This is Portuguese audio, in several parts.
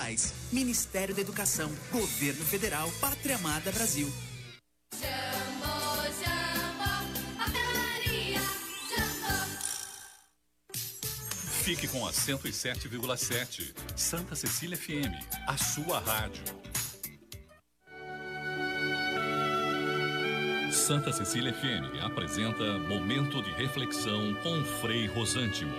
Mais. Ministério da Educação, Governo Federal, Pátria Amada Brasil. Fique com a 107,7. Santa Cecília FM, a sua rádio. Santa Cecília FM apresenta Momento de Reflexão com Frei Rosântimo.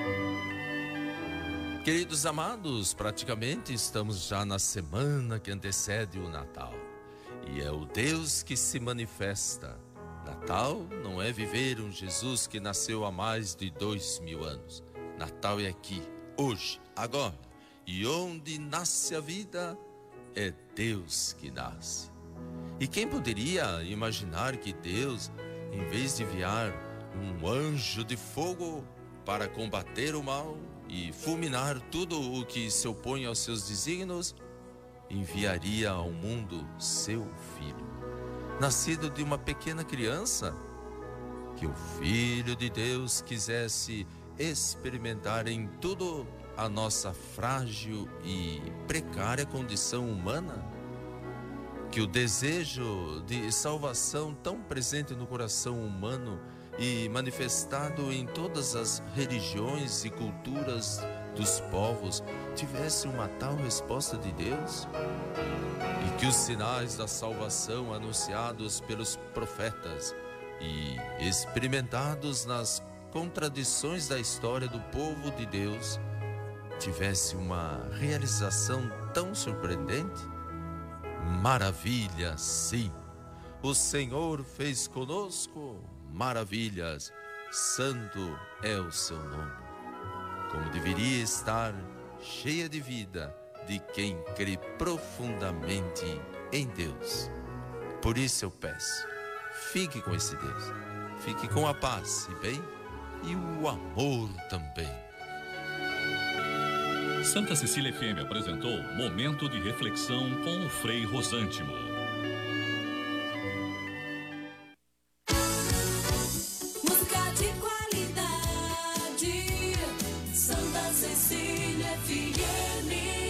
Queridos amados, praticamente estamos já na semana que antecede o Natal. E é o Deus que se manifesta. Natal não é viver um Jesus que nasceu há mais de 2000 anos. Natal é aqui, hoje, agora. E onde nasce a vida, é Deus que nasce. E quem poderia imaginar que Deus, em vez de enviar um anjo de fogo para combater o mal e fulminar tudo o que se opõe aos seus desígnios, enviaria ao mundo seu filho, nascido de uma pequena criança, que o Filho de Deus quisesse experimentar em tudo a nossa frágil e precária condição humana, que o desejo de salvação tão presente no coração humano e manifestado em todas as religiões e culturas dos povos tivesse uma tal resposta de Deus, e que os sinais da salvação anunciados pelos profetas e experimentados nas contradições da história do povo de Deus tivesse uma realização tão surpreendente? Maravilha, sim! O Senhor fez conosco maravilhas, santo é o seu nome. Como deveria estar cheia de vida de quem crê profundamente em Deus. Por isso eu peço, fique com esse Deus, fique com a paz e bem, e o amor também. Santa Cecília FM apresentou Momento de Reflexão com o Frei Rosântimo. Música de qualidade, Santa Cecília FM.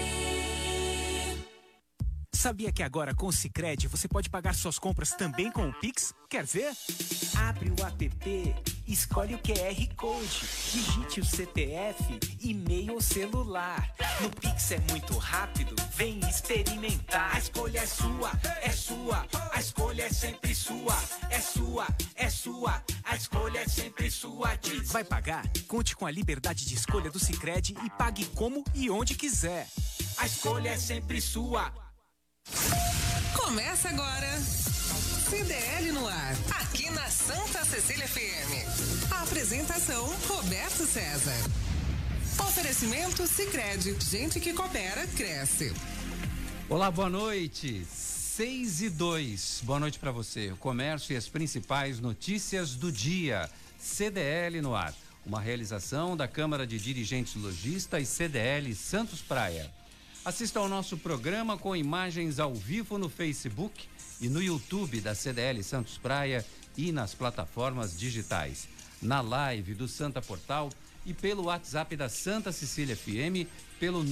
Sabia que agora com o Sicredi você pode pagar suas compras também com o Pix? Quer ver? Abre o app, escolhe o QR Code, digite o CPF, e-mail ou celular. No Pix é muito rápido, vem experimentar. A escolha é sua, a escolha é sempre sua. É sua, a escolha é sempre sua. Diz. Vai pagar? Conte com a liberdade de escolha do Sicredi e pague como e onde quiser. A escolha é sempre sua. Começa agora CDL no ar, aqui na Santa Cecília FM. A apresentação, Roberto César. Oferecimento Sicredi, gente que coopera, cresce. Olá, boa noite, 6:02, boa noite para você. O comércio e as principais notícias do dia, CDL no ar. Uma realização da Câmara de Dirigentes Lojistas e CDL Santos Praia. Assista ao nosso programa com imagens ao vivo no Facebook e no YouTube da CDL Santos Praia e nas plataformas digitais. Na live do Santa Portal e pelo WhatsApp da Santa Cecília FM pelo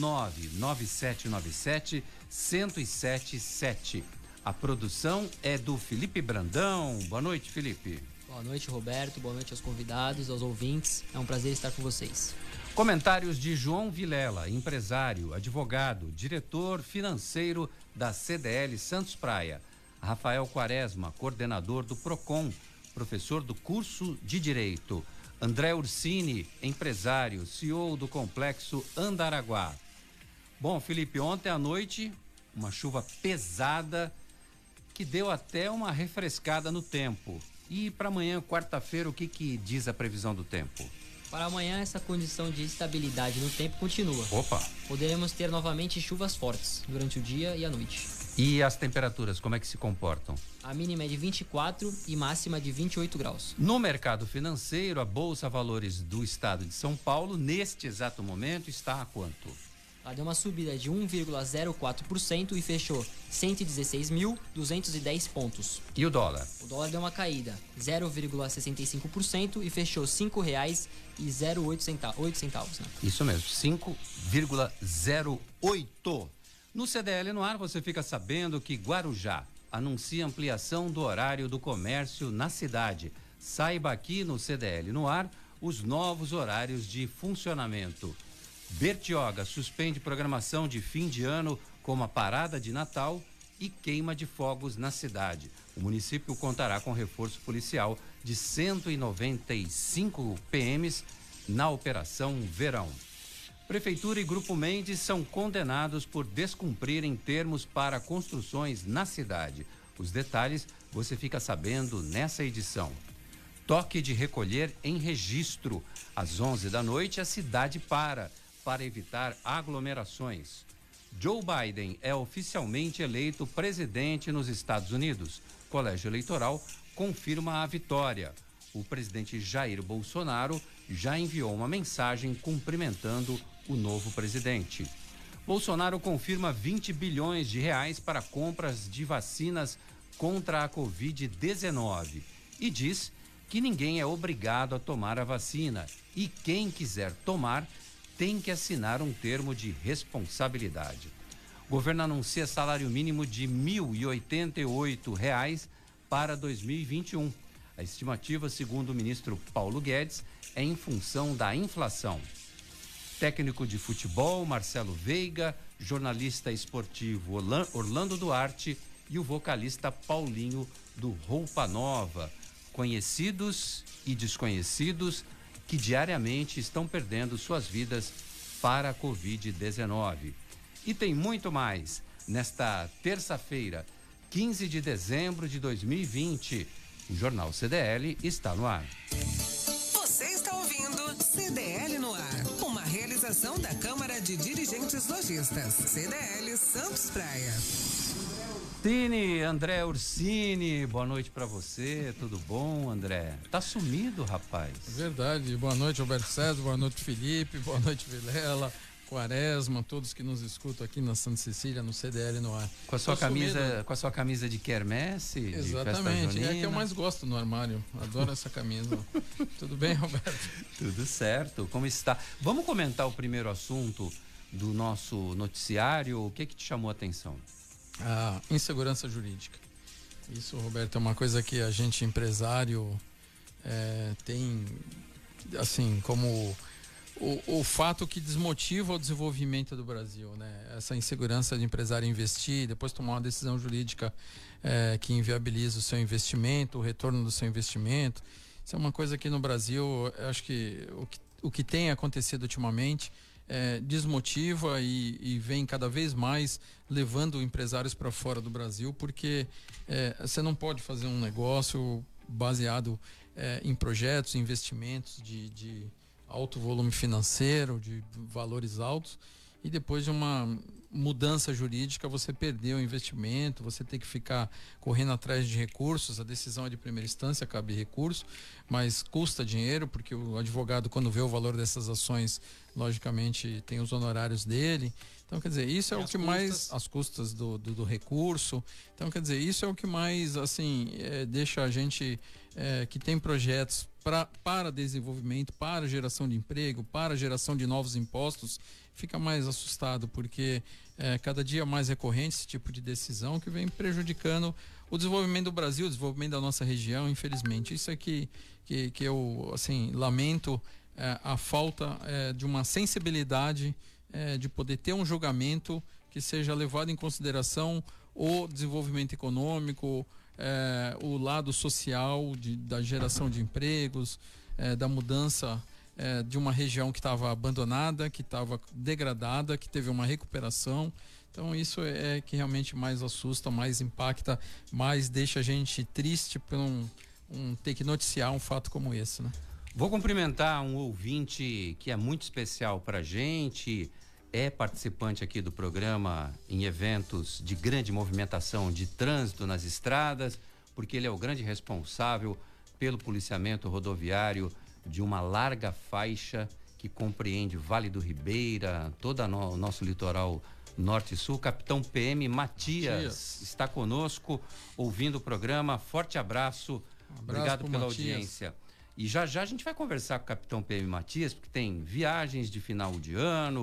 99797-1077. A produção é do Felipe Brandão. Boa noite, Felipe. Boa noite, Roberto. Boa noite aos convidados, aos ouvintes. É um prazer estar com vocês. Comentários de João Vilela, empresário, advogado, diretor financeiro da CDL Santos Praia. Rafael Quaresma, coordenador do PROCON, professor do curso de Direito. André Ursini, empresário, CEO do Complexo Andaraguá. Bom, Felipe, ontem à noite, uma chuva pesada que deu até uma refrescada no tempo. E para amanhã, quarta-feira, o que diz a previsão do tempo? Para amanhã, essa condição de estabilidade no tempo continua. Opa! Poderemos ter novamente chuvas fortes durante o dia e a noite. E as temperaturas, como é que se comportam? A mínima é de 24 e máxima de 28 graus. No mercado financeiro, a Bolsa Valores do Estado de São Paulo, neste exato momento, está a quanto? Ela deu uma subida de 1,04% e fechou 116.210 pontos. E o dólar? O dólar deu uma caída, 0,65% e fechou R$ 5,08. Né? Isso mesmo, 5,08. No CDL no ar, você fica sabendo que Guarujá anuncia ampliação do horário do comércio na cidade. Saiba aqui no CDL no ar os novos horários de funcionamento. Bertioga suspende programação de fim de ano como a parada de Natal e queima de fogos na cidade. O município contará com reforço policial de 195 PMs na Operação Verão. Prefeitura e Grupo Mendes são condenados por descumprirem termos para construções na cidade. Os detalhes você fica sabendo nessa edição. Toque de recolher em registro. Às 11 da noite, a cidade para evitar aglomerações. Joe Biden é oficialmente eleito presidente nos Estados Unidos. Colégio Eleitoral confirma a vitória. O presidente Jair Bolsonaro já enviou uma mensagem cumprimentando o novo presidente. Bolsonaro confirma 20 bilhões de reais para compras de vacinas contra a Covid-19 e diz que ninguém é obrigado a tomar a vacina e quem quiser tomar tem que assinar um termo de responsabilidade. O governo anuncia salário mínimo de R$ 1.088 para 2021. A estimativa, segundo o ministro Paulo Guedes, é em função da inflação. Técnico de futebol, Marcelo Veiga, jornalista esportivo Orlando Duarte e o vocalista Paulinho do Roupa Nova, conhecidos e desconhecidos que diariamente estão perdendo suas vidas para a Covid-19. E tem muito mais. Nesta terça-feira, 15 de dezembro de 2020, o Jornal CDL está no ar. Você está ouvindo CDL no ar, uma realização da Câmara de Dirigentes Lojistas, CDL Santos Praia. André Ursini, boa noite pra você, tudo bom, André? Tá sumido, rapaz. Verdade, boa noite, Roberto César, boa noite, Felipe, boa noite, Vilela, Quaresma, todos que nos escutam aqui na Santa Cecília, no CDL no ar. Com a sua camisa de quermesse? Exatamente, de é a que eu mais gosto no armário, adoro essa camisa. Tudo bem, Roberto? Tudo certo, como está? Vamos comentar o primeiro assunto do nosso noticiário, o que te chamou a atenção? A insegurança jurídica. Isso, Roberto, é uma coisa que a gente, empresário, tem, assim, como o fato que desmotiva o desenvolvimento do Brasil, né? Essa insegurança de empresário investir, depois tomar uma decisão jurídica que inviabiliza o seu investimento, o retorno do seu investimento. Isso é uma coisa que no Brasil, eu acho que o que tem acontecido ultimamente desmotiva e vem cada vez mais levando empresários para fora do Brasil, porque você não pode fazer um negócio baseado em projetos, investimentos de alto volume financeiro, de valores altos, e depois de uma mudança jurídica você perdeu o investimento, você tem que ficar correndo atrás de recursos. A decisão é de primeira instância, cabe recurso, mas custa dinheiro, porque o advogado, quando vê o valor dessas ações, logicamente tem os honorários dele. Então, quer dizer, isso é o que mais, as custas do recurso. Então, quer dizer, isso é o que mais, assim, deixa a gente que tem projetos para desenvolvimento, para geração de emprego, para geração de novos impostos, fica mais assustado, porque cada dia mais recorrente esse tipo de decisão que vem prejudicando o desenvolvimento do Brasil, o desenvolvimento da nossa região, infelizmente. Isso é que eu, assim, lamento a falta de uma sensibilidade de poder ter um julgamento que seja levado em consideração o desenvolvimento econômico, o lado social da geração de empregos, da mudança de uma região que estava abandonada, que estava degradada, que teve uma recuperação. Então isso é que realmente mais assusta, mais impacta, mais deixa a gente triste por ter que noticiar um fato como esse, né? Vou cumprimentar um ouvinte que é muito especial para a gente, é participante aqui do programa em eventos de grande movimentação de trânsito nas estradas, porque ele é o grande responsável pelo policiamento rodoviário de uma larga faixa que compreende Vale do Ribeira, todo o nosso litoral norte e sul. Capitão PM Matias está conosco, ouvindo o programa. Forte abraço, obrigado pela audiência. E já a gente vai conversar com o Capitão PM Matias, porque tem viagens de final de ano,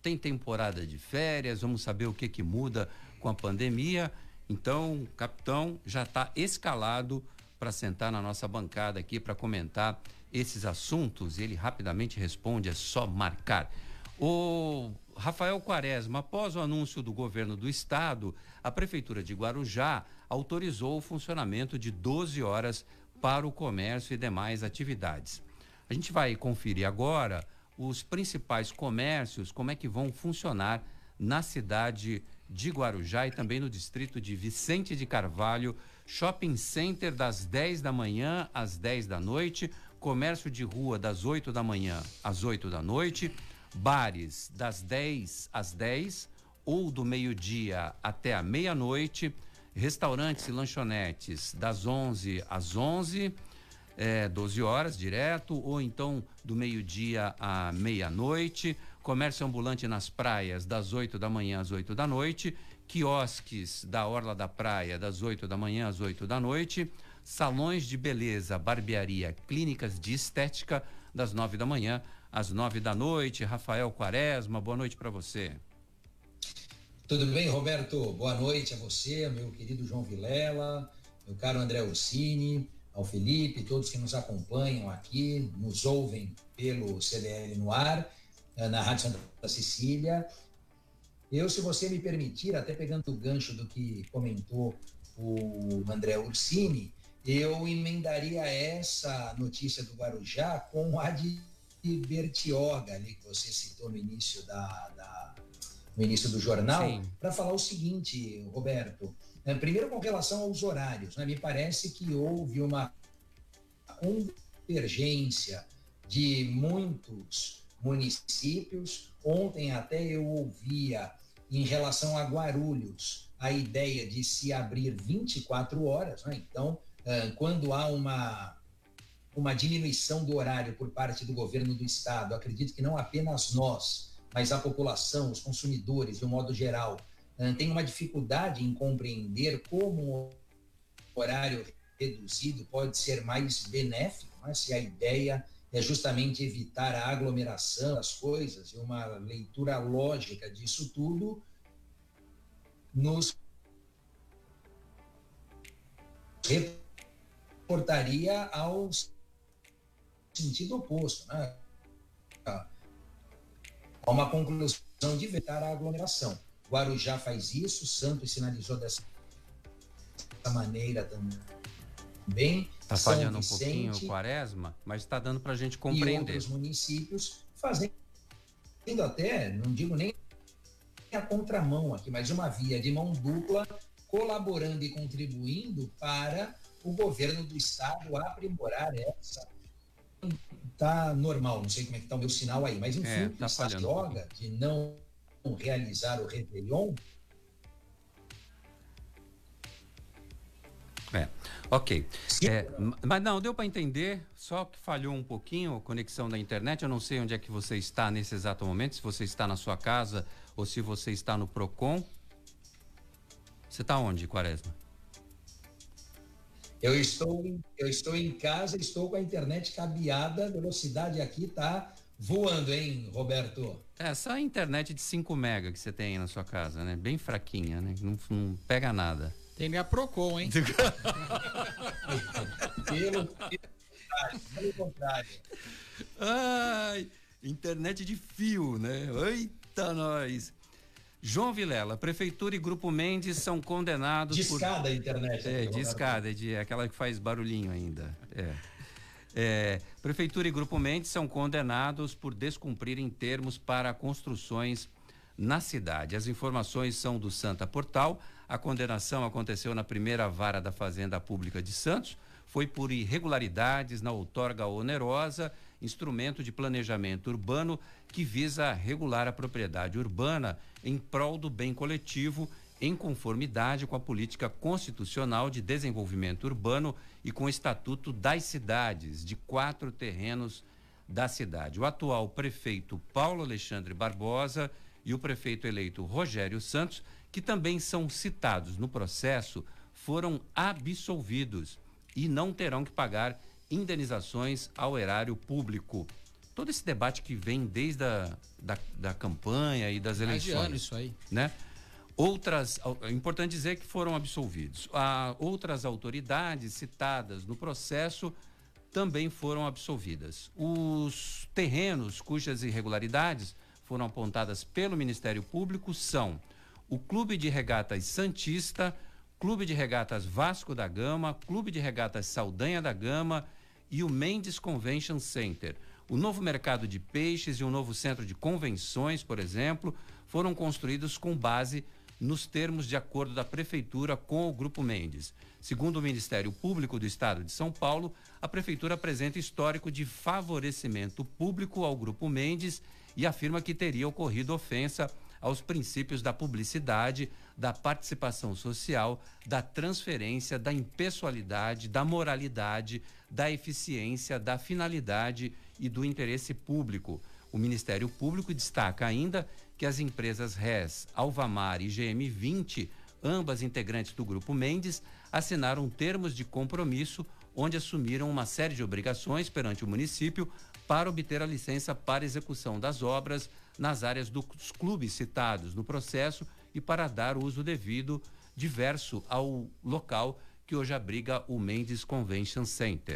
tem temporada de férias, vamos saber o que muda com a pandemia. Então, o capitão já está escalado para sentar na nossa bancada aqui para comentar esses assuntos. Ele rapidamente responde, é só marcar. O Rafael Quaresma, após o anúncio do governo do estado, a prefeitura de Guarujá autorizou o funcionamento de 12 horas para o comércio e demais atividades. A gente vai conferir agora os principais comércios, como é que vão funcionar na cidade de Guarujá e também no distrito de Vicente de Carvalho. Shopping Center das 10 da manhã às 10 da noite, comércio de rua das 8 da manhã às 8 da noite, bares das 10 às 10 ou do meio-dia até a meia-noite, restaurantes e lanchonetes das 11 às 11, 12 horas direto, ou então do meio-dia à meia-noite, comércio ambulante nas praias das 8 da manhã às 8 da noite, quiosques da Orla da Praia das 8 da manhã às 8 da noite, salões de beleza, barbearia, clínicas de estética das 9 da manhã às 9 da noite. Rafael Quaresma, boa noite para você. Tudo bem, Roberto? Boa noite a você, meu querido João Vilela, meu caro André Ursini, ao Felipe, todos que nos acompanham aqui, nos ouvem pelo CDL no ar, na Rádio Santa Cecília. Eu, se você me permitir, até pegando o gancho do que comentou o André Ursini, eu emendaria essa notícia do Guarujá com a de Bertioga, ali, que você citou no início no início do jornal, para falar o seguinte, Roberto. Primeiro, com relação aos horários, né? Me parece que houve uma convergência de muitos municípios. Ontem até eu ouvia, em relação a Guarulhos, a ideia de se abrir 24 horas, né? Então, quando há uma diminuição do horário por parte do governo do estado, acredito que não apenas nós, mas a população, os consumidores, de um modo geral, tem uma dificuldade em compreender como o horário reduzido pode ser mais benéfico, né? Se a ideia é justamente evitar a aglomeração das coisas, e uma leitura lógica disso tudo nos reportaria ao sentido oposto, né? Há uma conclusão de evitar a aglomeração. Guarujá faz isso, Santos sinalizou dessa maneira também. Está falhando um pouquinho o Quaresma, mas está dando para a gente compreender. E outros municípios fazendo até, não digo nem a contramão aqui, mas uma via de mão dupla, colaborando e contribuindo para o governo do estado aprimorar essa. Tá normal, não sei como é que tá o meu sinal aí, mas enfim, tá essa yoga de não realizar o Réveillon. Ok. Mas não, deu para entender, só que falhou um pouquinho a conexão da internet. Eu não sei onde é que você está nesse exato momento, se você está na sua casa ou se você está no Procon. Você está onde, Quaresma? Eu estou em casa, estou com a internet cabeada, a velocidade aqui está voando, hein, Roberto? Essa internet de 5 mega que você tem aí na sua casa, né? Bem fraquinha, né? Não pega nada. Tem que a Procon, hein? Pelo contrário. Ai, internet de fio, né? Eita, nós. João Vilela, Prefeitura e Grupo Mendes são condenados discada a internet. Discada, aquela que faz barulhinho ainda. Prefeitura e Grupo Mendes são condenados por descumprirem termos para construções na cidade. As informações são do Santa Portal. A condenação aconteceu na primeira vara da Fazenda Pública de Santos. Foi por irregularidades na outorga onerosa, instrumento de planejamento urbano que visa regular a propriedade urbana em prol do bem coletivo, em conformidade com a política constitucional de desenvolvimento urbano e com o Estatuto das Cidades, de 4 terrenos da cidade. O atual prefeito Paulo Alexandre Barbosa e o prefeito eleito Rogério Santos, que também são citados no processo, foram absolvidos e não terão que pagar indenizações ao erário público. todo esse debate que vem desde da campanha e das eleições. Mais de ano isso aí. Né? É importante dizer que foram absolvidos. Outras autoridades citadas no processo também foram absolvidas. Os terrenos cujas irregularidades foram apontadas pelo Ministério Público são o Clube de Regatas Santista, Clube de Regatas Vasco da Gama, Clube de Regatas Saldanha da Gama e o Mendes Convention Center. O novo mercado de peixes e o novo centro de convenções, por exemplo, foram construídos com base nos termos de acordo da Prefeitura com o Grupo Mendes. Segundo o Ministério Público do Estado de São Paulo, a Prefeitura apresenta histórico de favorecimento público ao Grupo Mendes e afirma que teria ocorrido ofensa aos princípios da publicidade, da participação social, da transferência, da impessoalidade, da moralidade, da eficiência, da finalidade e do interesse público. O Ministério Público destaca ainda que as empresas RES, Alvamar e GM20, ambas integrantes do Grupo Mendes, assinaram termos de compromisso onde assumiram uma série de obrigações perante o município para obter a licença para execução das obras nas áreas dos clubes citados no processo e para dar uso devido diverso ao local que hoje abriga o Mendes Convention Center.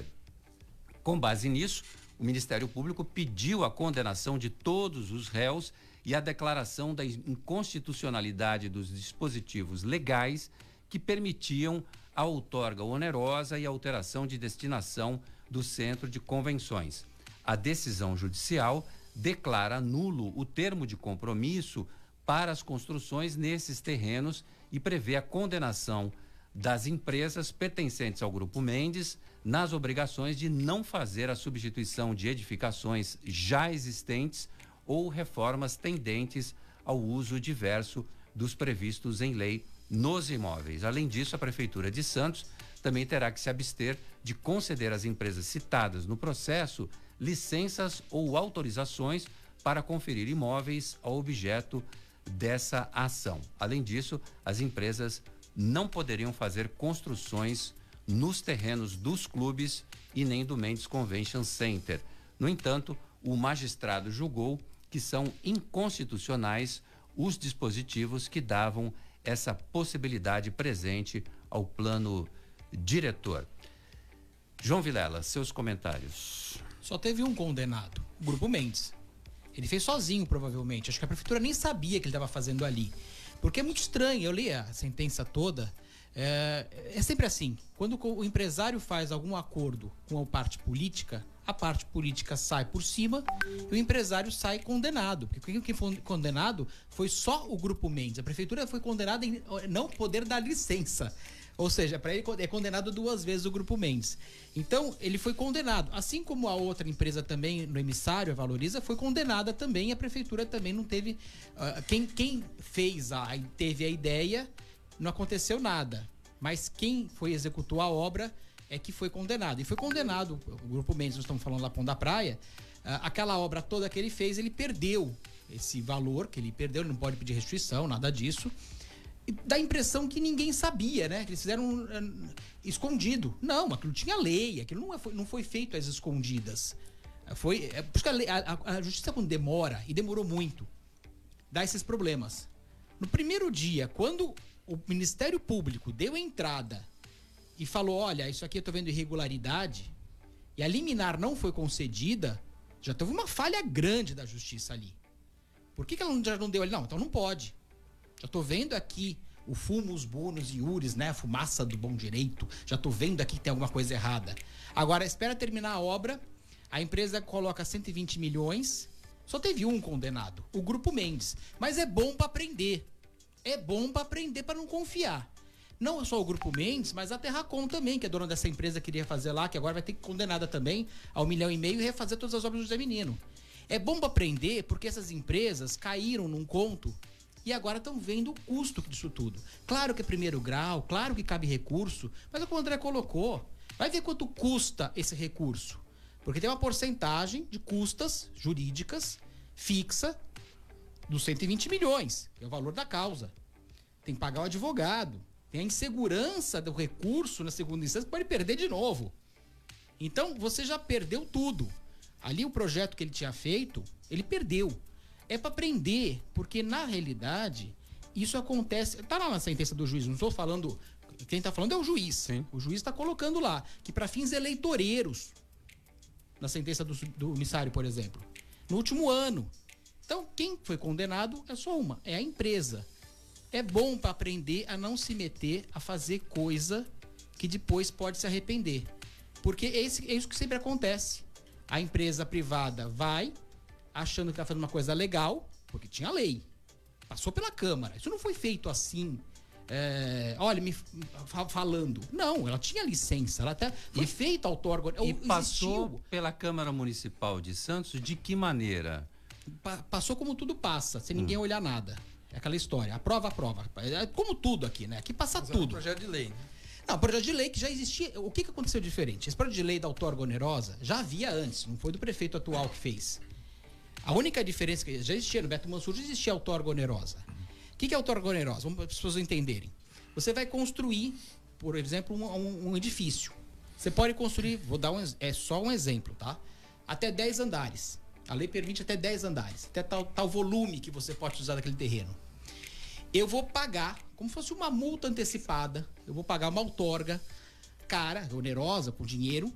Com base nisso, o Ministério Público pediu a condenação de todos os réus e a declaração da inconstitucionalidade dos dispositivos legais que permitiam a outorga onerosa e a alteração de destinação do centro de convenções. A decisão judicial declara nulo o termo de compromisso para as construções nesses terrenos e prevê a condenação das empresas pertencentes ao Grupo Mendes nas obrigações de não fazer a substituição de edificações já existentes ou reformas tendentes ao uso diverso dos previstos em lei nos imóveis. Além disso, a Prefeitura de Santos também terá que se abster de conceder às empresas citadas no processo licenças ou autorizações para conferir imóveis ao objeto dessa ação. Além disso, as empresas não poderiam fazer construções nos terrenos dos clubes e nem do Mendes Convention Center. No entanto, o magistrado julgou que são inconstitucionais os dispositivos que davam essa possibilidade presente ao plano diretor. João Vilela, seus comentários. Só teve um condenado, o Grupo Mendes. Ele fez sozinho, provavelmente. Acho que a prefeitura nem sabia que ele estava fazendo ali. Porque é muito estranho, eu li a sentença toda. É sempre assim. Quando o empresário faz algum acordo com a parte política sai por cima e o empresário sai condenado. Porque quem foi condenado foi só o Grupo Mendes. A prefeitura foi condenada em não poder dar licença. Ou seja, para ele é condenado 2 vezes o Grupo Mendes. Então, ele foi condenado. Assim como a outra empresa também, no emissário, a Valoriza, foi condenada também. A prefeitura também não teve... Quem teve a ideia, não aconteceu nada. Mas quem executou a obra é que foi condenado. E foi condenado, o Grupo Mendes, nós estamos falando lá Pão da Praia, aquela obra toda que ele fez, ele perdeu esse valor que ele perdeu, ele não pode pedir restituição, nada disso. E dá a impressão que ninguém sabia, né? Que eles fizeram escondido. Não, aquilo tinha lei, aquilo não foi feito às escondidas. Por isso que a justiça, quando demora, e demorou muito, dá esses problemas. No primeiro dia, quando o Ministério Público deu entrada e falou, olha, isso aqui eu tô vendo irregularidade, e a liminar não foi concedida, já teve uma falha grande da justiça ali. Por que ela já não deu ali? Não, então não pode. Já tô vendo aqui o fumus, bonus e iuris, né? A fumaça do bom direito. Já tô vendo aqui que tem alguma coisa errada. Agora, espera terminar a obra, a empresa coloca 120 milhões, só teve um condenado, o Grupo Mendes. Mas é bom para aprender. É bom para aprender, para não confiar. Não só o Grupo Mendes, mas a Terracom também, que é dona dessa empresa que queria fazer lá, que agora vai ter que condenada também ao 1,5 milhão e refazer todas as obras do José Menino. É bom para aprender porque essas empresas caíram num conto e agora estão vendo o custo disso tudo. Claro que é primeiro grau, claro que cabe recurso, mas é o que o André colocou. Vai ver quanto custa esse recurso. Porque tem uma porcentagem de custas jurídicas fixa dos 120 milhões, que é o valor da causa. Tem que pagar o advogado. Tem a insegurança do recurso na segunda instância que pode perder de novo. Então, você já perdeu tudo. Ali o projeto que ele tinha feito, ele perdeu. É para aprender, porque na realidade isso acontece. Tá lá na sentença do juiz, não estou falando. Quem está falando é o juiz. Sim. O juiz está colocando lá que para fins eleitoreiros, na sentença do emissário, por exemplo, no último ano. Então, quem foi condenado é só uma, é a empresa. É bom para aprender a não se meter a fazer coisa que depois pode se arrepender. Porque é isso que sempre acontece. A empresa privada vai achando que está fazendo uma coisa legal, porque tinha lei. Passou pela Câmara. Isso não foi feito assim, falando. Não, ela tinha licença. Ela até foi feita outorga. E passou pela Câmara Municipal de Santos de que maneira? Passou como tudo passa, sem ninguém olhar nada. É aquela história. Aprova. É como tudo aqui, né? Aqui passa tudo. É um projeto de lei, né? Não, projeto de lei que já existia. O que aconteceu diferente? Esse projeto de lei da outorga onerosa já havia antes, não foi do prefeito atual que fez. A única diferença que já existia no Beto Mansur, já existia a outorga onerosa. O que é outorga onerosa? Vamos para as pessoas entenderem. Você vai construir, por exemplo, um edifício. Você pode construir, vou dar só um exemplo, tá? Até 10 andares. A lei permite até 10 andares. Até tal volume que você pode usar daquele terreno. Eu vou pagar, como se fosse uma multa antecipada, eu vou pagar uma outorga cara, onerosa, com dinheiro,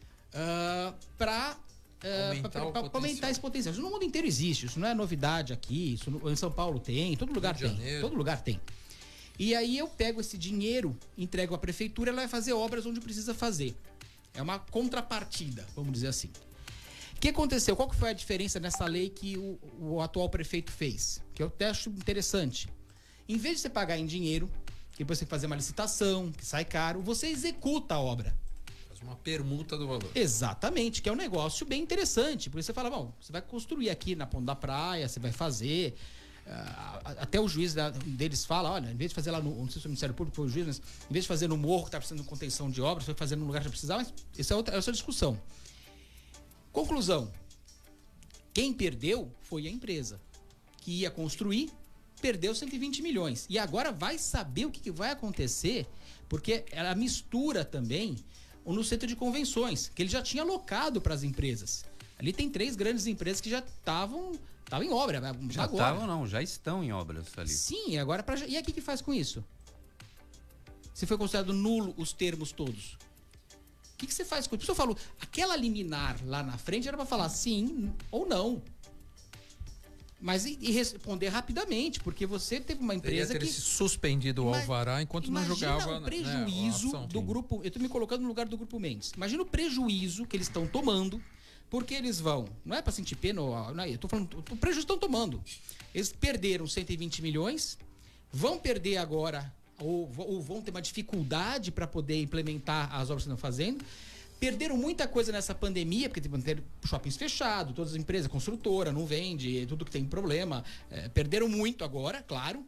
para aumentar esse potencial. Isso no mundo inteiro existe, isso não é novidade aqui, isso em São Paulo tem, em todo lugar tem. Todo lugar tem. E aí eu pego esse dinheiro, entrego à prefeitura, ela vai fazer obras onde precisa fazer. É uma contrapartida, vamos dizer assim. O que aconteceu? Qual que foi a diferença nessa lei que o atual prefeito fez? Que eu até acho interessante. Em vez de você pagar em dinheiro, que depois você tem que fazer uma licitação, que sai caro, você executa a obra. Faz uma permuta do valor. Exatamente, que é um negócio bem interessante. Porque você fala, bom, você vai construir aqui na ponta da praia, você vai fazer. Até o juiz deles fala, olha, em vez de fazer lá não sei se o Ministério Público foi o juiz, mas em vez de fazer no morro que está precisando de contenção de obras, você vai fazer no lugar que já precisava, mas essa é outra discussão. Conclusão. Quem perdeu foi a empresa, que ia construir, perdeu 120 milhões. E agora vai saber o que vai acontecer, porque ela mistura também no centro de convenções, que ele já tinha alocado para as empresas. Ali tem 3 grandes empresas que já estavam em obra. Já estavam, não, já estão em obras ali. Sim, agora e aqui que faz com isso? Se foi considerado nulo os termos todos. O que você faz com isso? Eu falo, aquela liminar lá na frente era para falar sim ou não. Mas e responder rapidamente, porque você teve uma empresa que... suspendido o alvará enquanto não julgava... Imagina o prejuízo do grupo... Eu estou me colocando no lugar do Grupo Mendes. Imagina o prejuízo que eles estão tomando, porque eles vão... Não é para sentir pena, não, eu estou falando... O prejuízo estão tomando. Eles perderam 120 milhões, vão perder agora, ou vão ter uma dificuldade para poder implementar as obras que estão fazendo. Perderam muita coisa nessa pandemia, porque ter shoppings fechados, todas as empresas, construtora, não vende, tudo que tem problema. Perderam muito agora, claro.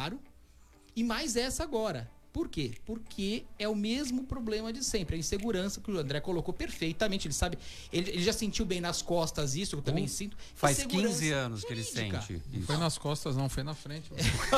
E mais essa agora. Por quê? Porque é o mesmo problema de sempre, a insegurança que o André colocou perfeitamente. Ele sabe, ele já sentiu bem nas costas isso, eu também sinto. Faz 15 anos que ele sente. Não foi nas costas, não, foi na frente.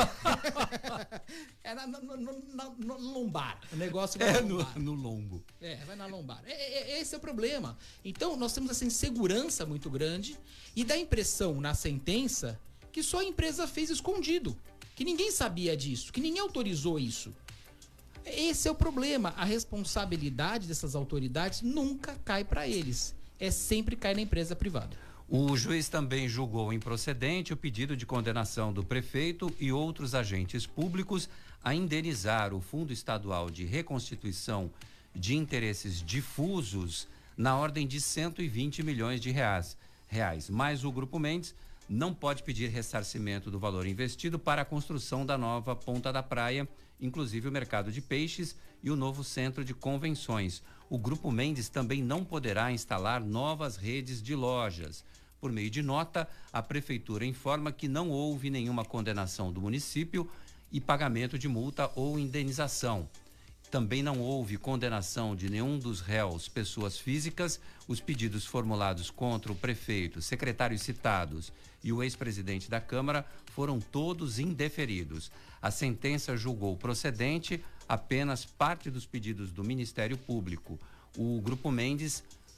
É no lombar. O negócio vai no lombo. Vai na lombar. Esse é o problema. Então, nós temos essa insegurança muito grande e dá a impressão na sentença que só a empresa fez escondido, que ninguém sabia disso, que ninguém autorizou isso. Esse é o problema. A responsabilidade dessas autoridades nunca cai para eles. Sempre cai na empresa privada. O juiz também julgou improcedente o pedido de condenação do prefeito e outros agentes públicos a indenizar o Fundo Estadual de Reconstituição de Interesses Difusos na ordem de 120 milhões de reais. Mas o Grupo Mendes não pode pedir ressarcimento do valor investido para a construção da nova Ponta da Praia, inclusive o mercado de peixes e o novo centro de convenções. O Grupo Mendes também não poderá instalar novas redes de lojas. Por meio de nota, a prefeitura informa que não houve nenhuma condenação do município e pagamento de multa ou indenização. Também não houve condenação de nenhum dos réus, pessoas físicas. Os pedidos formulados contra o prefeito, secretários citados e o ex-presidente da Câmara foram todos indeferidos. A sentença julgou procedente apenas parte dos pedidos do Ministério Público. O Grupo Mendes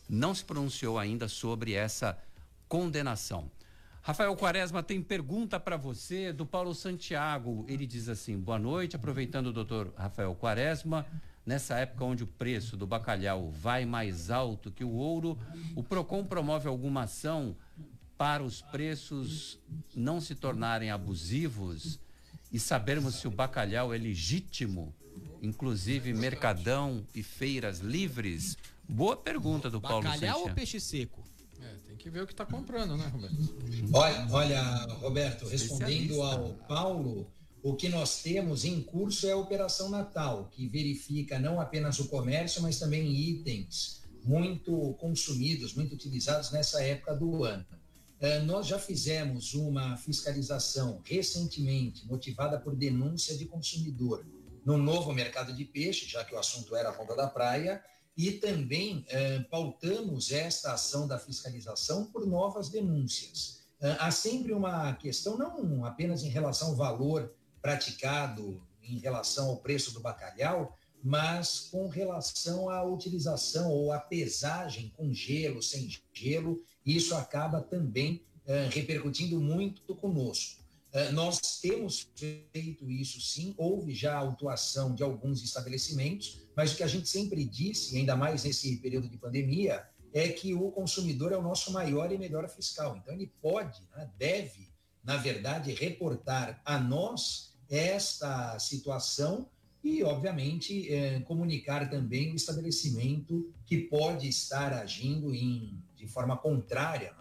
não se pronunciou ainda sobre essa condenação. Rafael Quaresma tem pergunta para você do Paulo Santiago. Ele diz assim: boa noite, aproveitando o doutor Rafael Quaresma, nessa época onde o preço do bacalhau vai mais alto que o ouro, o PROCON promove alguma ação para os preços não se tornarem abusivos e sabermos se o bacalhau é legítimo, inclusive mercadão e feiras livres? Boa pergunta do Paulo Santiago. Bacalhau ou peixe seco? Tem que ver o que está comprando, né, Roberto? Olha, Roberto, respondendo ao Paulo, o que nós temos em curso é a Operação Natal, que verifica não apenas o comércio, mas também itens muito consumidos, muito utilizados nessa época do ano. Nós já fizemos uma fiscalização recentemente, motivada por denúncia de consumidor, no novo mercado de peixe, já que o assunto era a Ponta da Praia, e também pautamos esta ação da fiscalização por novas denúncias. Há sempre uma questão, não apenas em relação ao valor praticado, em relação ao preço do bacalhau, mas com relação à utilização ou à pesagem com gelo, sem gelo, isso acaba também repercutindo muito conosco. Nós temos feito isso sim, houve já a autuação de alguns estabelecimentos, mas o que a gente sempre disse, ainda mais nesse período de pandemia, é que o consumidor é o nosso maior e melhor fiscal. Então ele pode, deve, na verdade, reportar a nós esta situação e, obviamente, comunicar também o estabelecimento que pode estar agindo de forma contrária,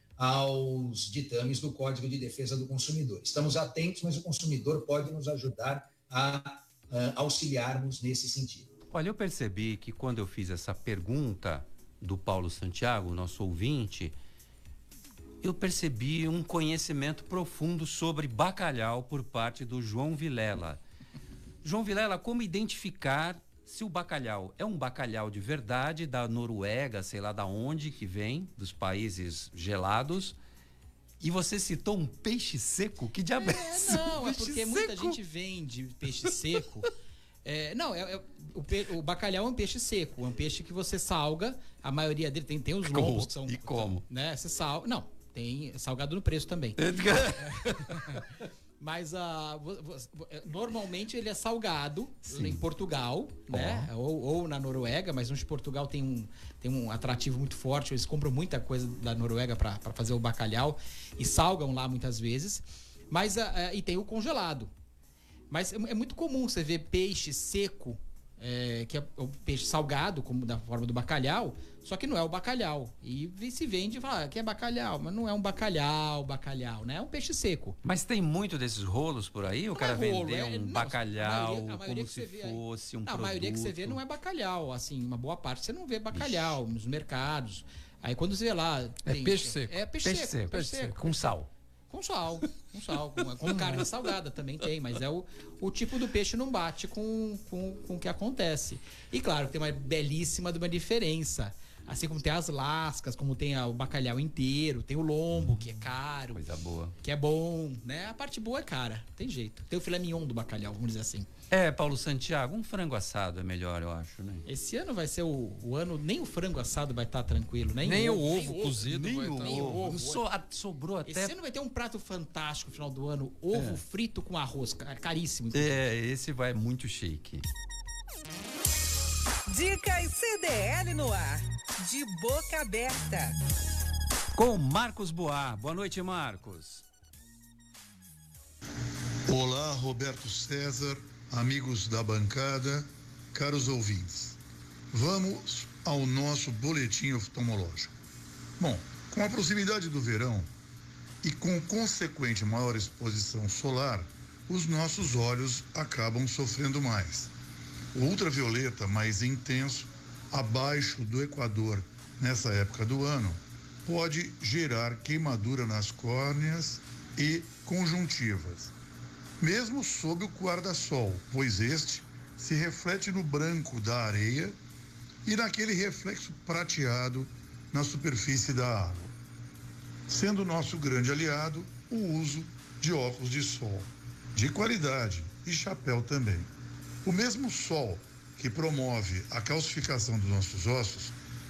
aos ditames do Código de Defesa do Consumidor. Estamos atentos, mas o consumidor pode nos ajudar a auxiliarmos nesse sentido. Olha, eu percebi que quando eu fiz essa pergunta do Paulo Santiago, nosso ouvinte, eu percebi um conhecimento profundo sobre bacalhau por parte do João Vilela. João Vilela, como identificar se o bacalhau é um bacalhau de verdade, da Noruega, sei lá da onde que vem, dos países gelados? E você citou um peixe seco? Que diabo é isso? Não, é porque muita gente vende peixe seco. O bacalhau é um peixe seco, é um peixe que você salga, a maioria dele tem os lombos que são... E como? Né, você salga... Não, tem salgado no preço também. Mas normalmente ele é salgado em Portugal, né? Ou na Noruega, mas de Portugal tem um atrativo muito forte. Eles compram muita coisa da Noruega para fazer o bacalhau e salgam lá muitas vezes. Mas e tem o congelado. Mas é muito comum você ver peixe seco, que é o peixe salgado, como da forma do bacalhau, só que não é o bacalhau. E se vende e fala que é bacalhau, mas não é um bacalhau, né? É um peixe seco. Mas tem muito desses rolos por aí? O cara vendeu um bacalhau como se fosse um produto? A maioria que você vê não é bacalhau, assim, uma boa parte você não vê bacalhau nos mercados. Aí quando você vê lá... peixe seco. É peixe seco. Com sal. Com sal, com carne salgada também tem, mas é o tipo do peixe não bate com o que acontece. E claro, tem uma belíssima diferença. Assim como tem as lascas, como tem o bacalhau inteiro, tem o lombo, que é caro. Coisa boa. Que é bom, né? A parte boa é cara, tem jeito. Tem o filé mignon do bacalhau, vamos dizer assim. Paulo Santiago, um frango assado é melhor, eu acho, né? Esse ano vai ser o ano, nem o frango assado vai estar tranquilo, nem o ovo cozido vai estar. Nem o ovo. Sobrou até... Esse ano vai ter um prato fantástico no final do ano, ovo frito com arroz, caríssimo. Esse vai muito chique. Dicas CDL no ar, de boca aberta. Com Marcos Boar. Boa noite, Marcos. Olá, Roberto César, amigos da bancada, caros ouvintes. Vamos ao nosso boletim oftalmológico. Bom, com a proximidade do verão e com consequente maior exposição solar, os nossos olhos acabam sofrendo mais. O ultravioleta mais intenso, abaixo do equador nessa época do ano, pode gerar queimadura nas córneas e conjuntivas, mesmo sob o guarda-sol, pois este se reflete no branco da areia e naquele reflexo prateado na superfície da água, sendo nosso grande aliado o uso de óculos de sol, de qualidade e chapéu também. O mesmo sol que promove a calcificação dos nossos ossos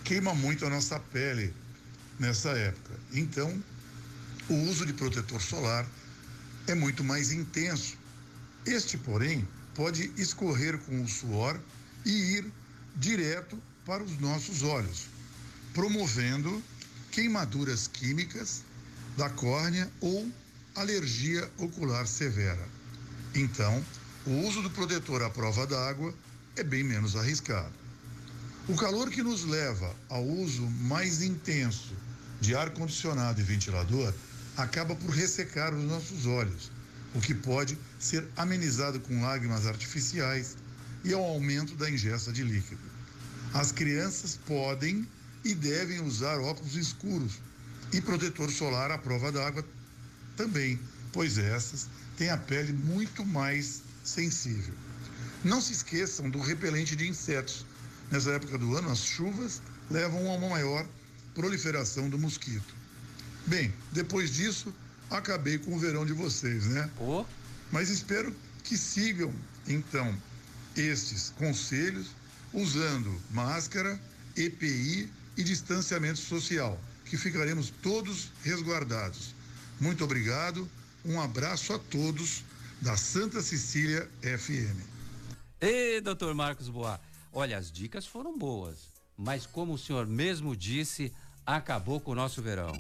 queima muito a nossa pele nessa época. Então, o uso de protetor solar é muito mais intenso. Este, porém, pode escorrer com o suor e ir direto para os nossos olhos, promovendo queimaduras químicas da córnea ou alergia ocular severa. Então, o uso do protetor à prova d'água é bem menos arriscado. O calor que nos leva ao uso mais intenso de ar-condicionado e ventilador acaba por ressecar os nossos olhos, o que pode ser amenizado com lágrimas artificiais e ao aumento da ingesta de líquido. As crianças podem e devem usar óculos escuros e protetor solar à prova d'água também, pois essas têm a pele muito mais sensível. Não se esqueçam do repelente de insetos. Nessa época do ano, as chuvas levam a uma maior proliferação do mosquito. Bem, depois disso, acabei com o verão de vocês, né? Mas espero que sigam, então, estes conselhos, usando máscara, EPI e distanciamento social, que ficaremos todos resguardados. Muito obrigado, um abraço a todos da Santa Cecília FM. Ei, doutor Marcos Boa, olha, as dicas foram boas, mas como o senhor mesmo disse, acabou com o nosso verão.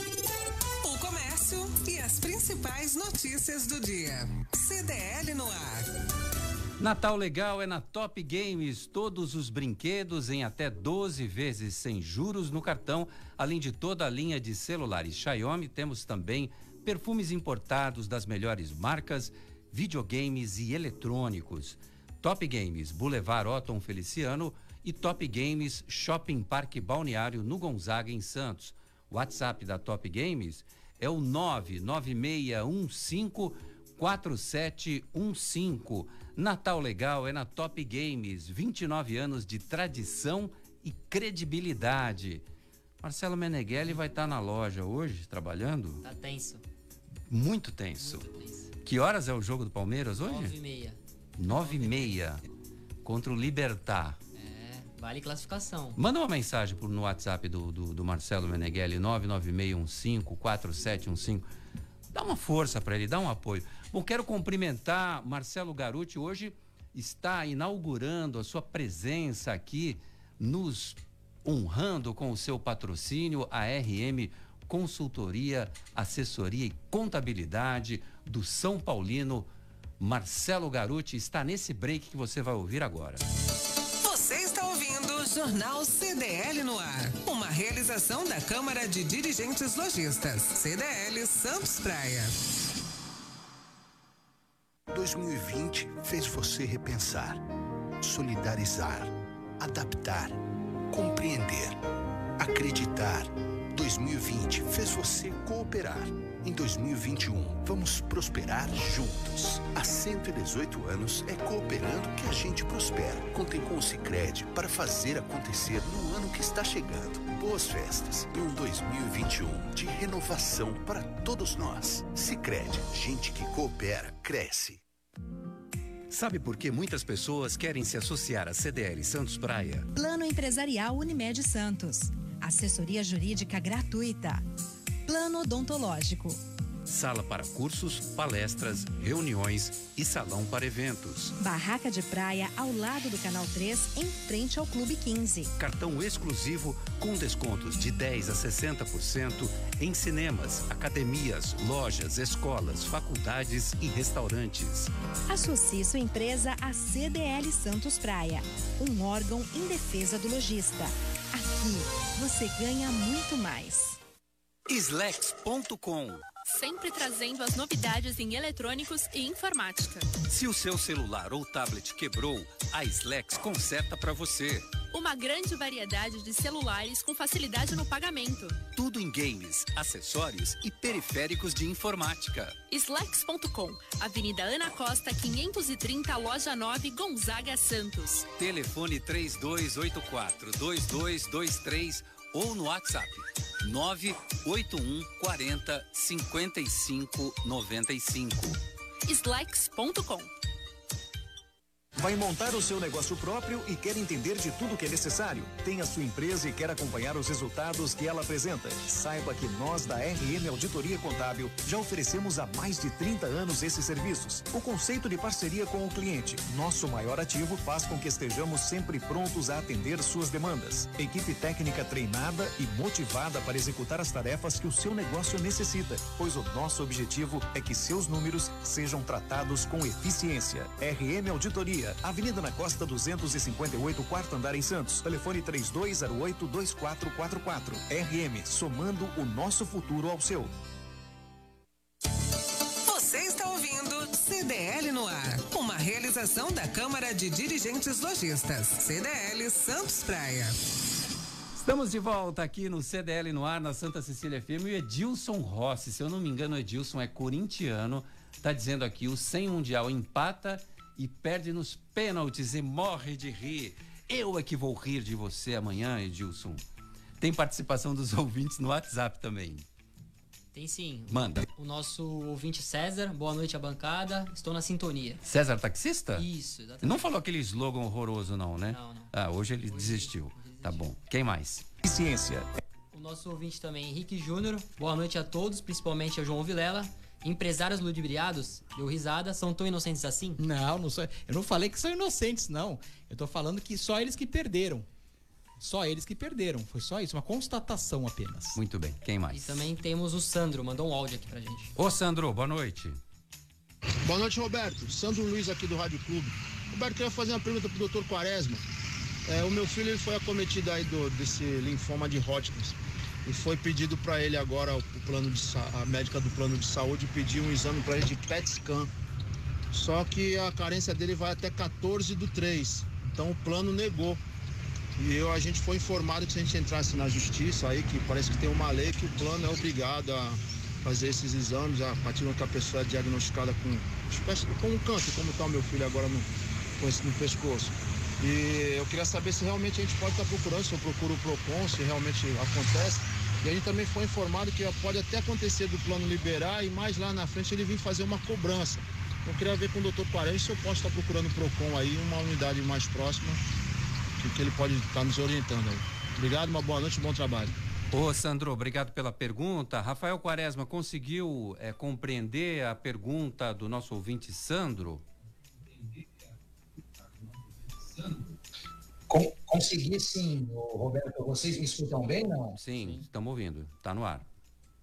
O comércio e as principais notícias do dia. CDL no ar. Natal legal é na Top Games, todos os brinquedos em até 12 vezes sem juros no cartão, além de toda a linha de celulares Xiaomi, temos também perfumes importados das melhores marcas, videogames e eletrônicos. Top Games, Boulevard Otton Feliciano e Top Games Shopping Parque Balneário no Gonzaga, em Santos. O WhatsApp da Top Games é o 996154715. Natal legal é na Top Games, 29 anos de tradição e credibilidade. Marcelo Meneghelli vai estar na loja hoje, trabalhando? Tá tenso. Muito tenso. Que horas é o jogo do Palmeiras hoje? 9h30. 9h30. Contra o Libertad. Vale classificação. Manda uma mensagem no WhatsApp do Marcelo Meneghelli, 996154715. Dá uma força para ele, dá um apoio. Bom, quero cumprimentar Marcelo Garuti, hoje está inaugurando a sua presença aqui, nos honrando com o seu patrocínio, a RM Consultoria, Assessoria e Contabilidade do São Paulino. Marcelo Garuti está nesse break que você vai ouvir agora. Você está ouvindo o Jornal CDL no ar. Uma realização da Câmara de Dirigentes Lojistas. CDL Santos Praia. 2020 fez você repensar, solidarizar, adaptar, compreender, acreditar. 2020 fez você cooperar. Em 2021, vamos prosperar juntos. Há 118 anos é cooperando que a gente prospera. Contem com o Sicredi para fazer acontecer no ano que está chegando. Boas festas e um 2021 de renovação para todos nós. Sicredi, gente que coopera, cresce. Sabe por que muitas pessoas querem se associar à CDL Santos Praia? Plano Empresarial Unimed Santos. Assessoria jurídica gratuita. Plano odontológico. Sala para cursos, palestras, reuniões e salão para eventos. Barraca de praia ao lado do Canal 3, em frente ao Clube 15. Cartão exclusivo com descontos de 10% a 60% em cinemas, academias, lojas, escolas, faculdades e restaurantes. Associe sua empresa à CDL Santos Praia, um órgão em defesa do lojista. Aqui você ganha muito mais. Slex.com. Sempre trazendo as novidades em eletrônicos e informática. Se o seu celular ou tablet quebrou, a Slex conserta para você. Uma grande variedade de celulares com facilidade no pagamento. Tudo em games, acessórios e periféricos de informática. Slex.com, Avenida Ana Costa, 530, Loja 9, Gonzaga, Santos. Telefone 3284-2223 ou no WhatsApp 981 40 55 95. Slex.com. Vai montar o seu negócio próprio e quer entender de tudo que é necessário? Tem a sua empresa e quer acompanhar os resultados que ela apresenta? Saiba que nós da RM Auditoria Contábil já oferecemos há mais de 30 anos esses serviços. O conceito de parceria com o cliente, nosso maior ativo, faz com que estejamos sempre prontos a atender suas demandas. Equipe técnica treinada e motivada para executar as tarefas que o seu negócio necessita, pois o nosso objetivo é que seus números sejam tratados com eficiência. RM Auditoria, Avenida na Costa 258, quarto andar em Santos. Telefone 3208-2444. RM, somando o nosso futuro ao seu. Você está ouvindo CDL no ar, uma realização da Câmara de Dirigentes Lojistas. CDL Santos Praia. Estamos de volta aqui no CDL no ar, na Santa Cecília FM. E o Edilson Rossi, se eu não me engano, o Edilson é corintiano, está dizendo aqui: o 100 Mundial empata e perde nos pênaltis e morre de rir. Eu é que vou rir de você amanhã, Edilson. Tem participação dos ouvintes no WhatsApp também. Tem sim. Manda. O nosso ouvinte César, boa noite à bancada, estou na sintonia. César taxista? Isso, exatamente. Não falou aquele slogan horroroso não, né? Não. Hoje ele desistiu. Tá bom. Quem mais? Ciência. O nosso ouvinte também, Henrique Júnior, boa noite a todos, principalmente ao João Vilela. Empresários ludibriados, deu risada, são tão inocentes assim? Não sou. Eu não falei que são inocentes, não. Eu tô falando que só eles que perderam. Só eles que perderam. Foi só isso, uma constatação apenas. Muito bem, quem mais? E também temos o Sandro, mandou um áudio aqui pra gente. Ô Sandro, boa noite. Boa noite, Roberto. Sandro Luiz aqui do Rádio Clube. Roberto, eu queria fazer uma pergunta pro Dr. Quaresma. O meu filho ele foi acometido aí desse linfoma de Hodgkin. E foi pedido para ele agora, a médica do plano de saúde pediu um exame para ele de PET scan. Só que a carência dele vai até 14/3. Então o plano negou. E a gente foi informado que se a gente entrasse na justiça aí, que parece que tem uma lei que o plano é obrigado a fazer esses exames a partir do momento que a pessoa é diagnosticada com um câncer, como está o meu filho agora no pescoço. E eu queria saber se realmente a gente pode estar procurando, se eu procuro o PROCON, se realmente acontece. E a gente também foi informado que pode até acontecer do plano liberar e mais lá na frente ele vir fazer uma cobrança. Eu queria ver com o Dr. Quaresma se eu posso estar procurando o PROCON aí, uma unidade mais próxima, que ele pode estar nos orientando aí. Obrigado, uma boa noite e bom trabalho. Ô Sandro, obrigado pela pergunta. Rafael Quaresma, conseguiu compreender a pergunta do nosso ouvinte Sandro? Consegui sim, Roberto. Vocês me escutam bem, não? Sim, estamos ouvindo. Está no ar.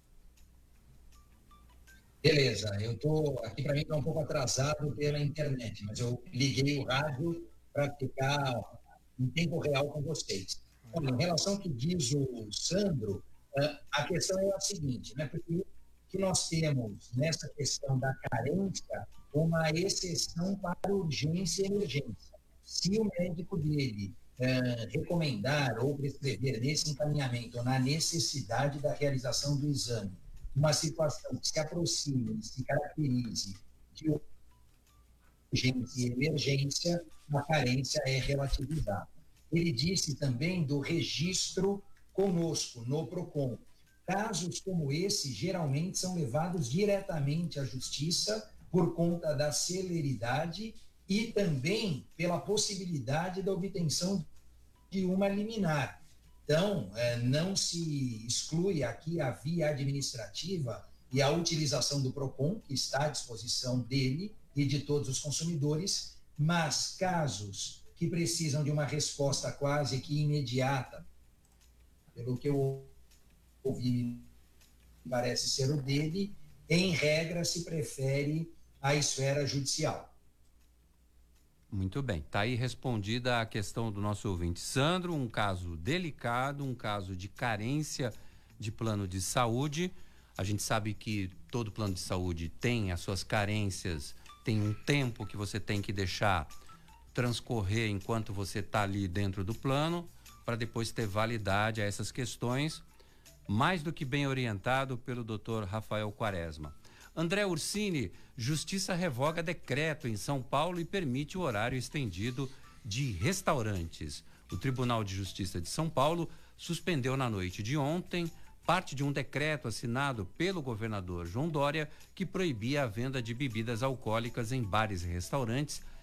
Beleza, eu estou aqui, para mim está um pouco atrasado pela internet, mas eu liguei o rádio para ficar em tempo real com vocês. Olha, em relação ao que diz o Sandro, a questão é a seguinte, né? Porque que nós temos nessa questão da carência uma exceção para urgência e emergência. Se o médico dele recomendar ou prescrever nesse encaminhamento ou na necessidade da realização do exame uma situação que se aproxime, se caracterize de urgência e emergência, a carência é relativizada. Ele disse também do registro conosco, no PROCON. Casos como esse, geralmente, são levados diretamente à justiça por conta da celeridade e também pela possibilidade da obtenção de uma liminar. Então, não se exclui aqui a via administrativa e a utilização do PROCON, que está à disposição dele e de todos os consumidores, mas casos que precisam de uma resposta quase que imediata, pelo que eu ouvi, parece ser o dele, em regra se prefere a esfera judicial. Muito bem, está aí respondida a questão do nosso ouvinte Sandro, um caso delicado, um caso de carência de plano de saúde. A gente sabe que todo plano de saúde tem as suas carências, tem um tempo que você tem que deixar transcorrer enquanto você está ali dentro do plano, para depois ter validade a essas questões, mais do que bem orientado pelo Dr. Rafael Quaresma. André Ursini, Justiça revoga decreto em São Paulo e permite o horário estendido de restaurantes. O Tribunal de Justiça de São Paulo suspendeu na noite de ontem parte de um decreto assinado pelo governador João Dória que proibia a venda de bebidas alcoólicas em bares e restaurantes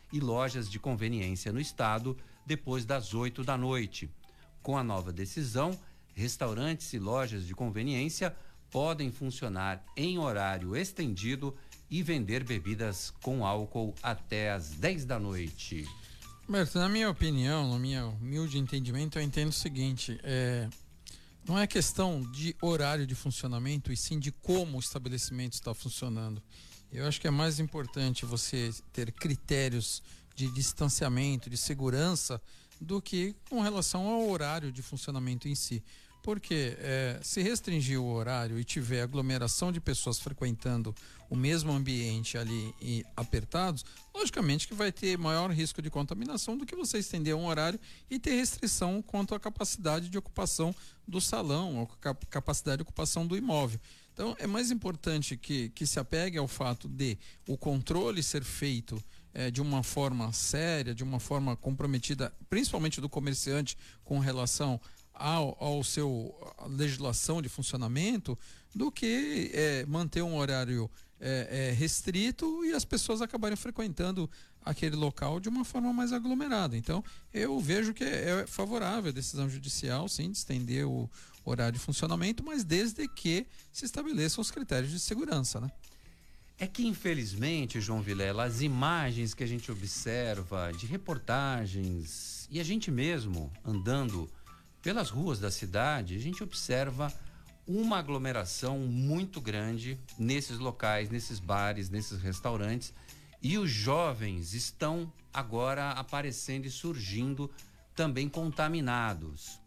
e lojas de conveniência no estado depois das 8 da noite. Com a nova decisão, restaurantes e lojas de conveniência podem funcionar em horário estendido e vender bebidas com álcool até às 10 da noite. Roberto, na minha opinião, no meu humilde entendimento, eu entendo o seguinte, não é questão de horário de funcionamento, e sim de como o estabelecimento está funcionando. Eu acho que é mais importante você ter critérios de distanciamento, de segurança, do que com relação ao horário de funcionamento em si. Porque se restringir o horário e tiver aglomeração de pessoas frequentando o mesmo ambiente ali e apertados, logicamente que vai ter maior risco de contaminação do que você estender um horário e ter restrição quanto à capacidade de ocupação do salão, ou capacidade de ocupação do imóvel. Então é mais importante que se apegue ao fato de o controle ser feito de uma forma séria, de uma forma comprometida, principalmente do comerciante com relação ao seu legislação de funcionamento, do que manter um horário restrito e as pessoas acabarem frequentando aquele local de uma forma mais aglomerada. Então, eu vejo que é favorável a decisão judicial, sim, de estender o horário de funcionamento, mas desde que se estabeleçam os critérios de segurança, né? É que, infelizmente, João Vilela, as imagens que a gente observa de reportagens e a gente mesmo andando pelas ruas da cidade, a gente observa uma aglomeração muito grande nesses locais, nesses bares, nesses restaurantes, e os jovens estão agora aparecendo e surgindo também contaminados.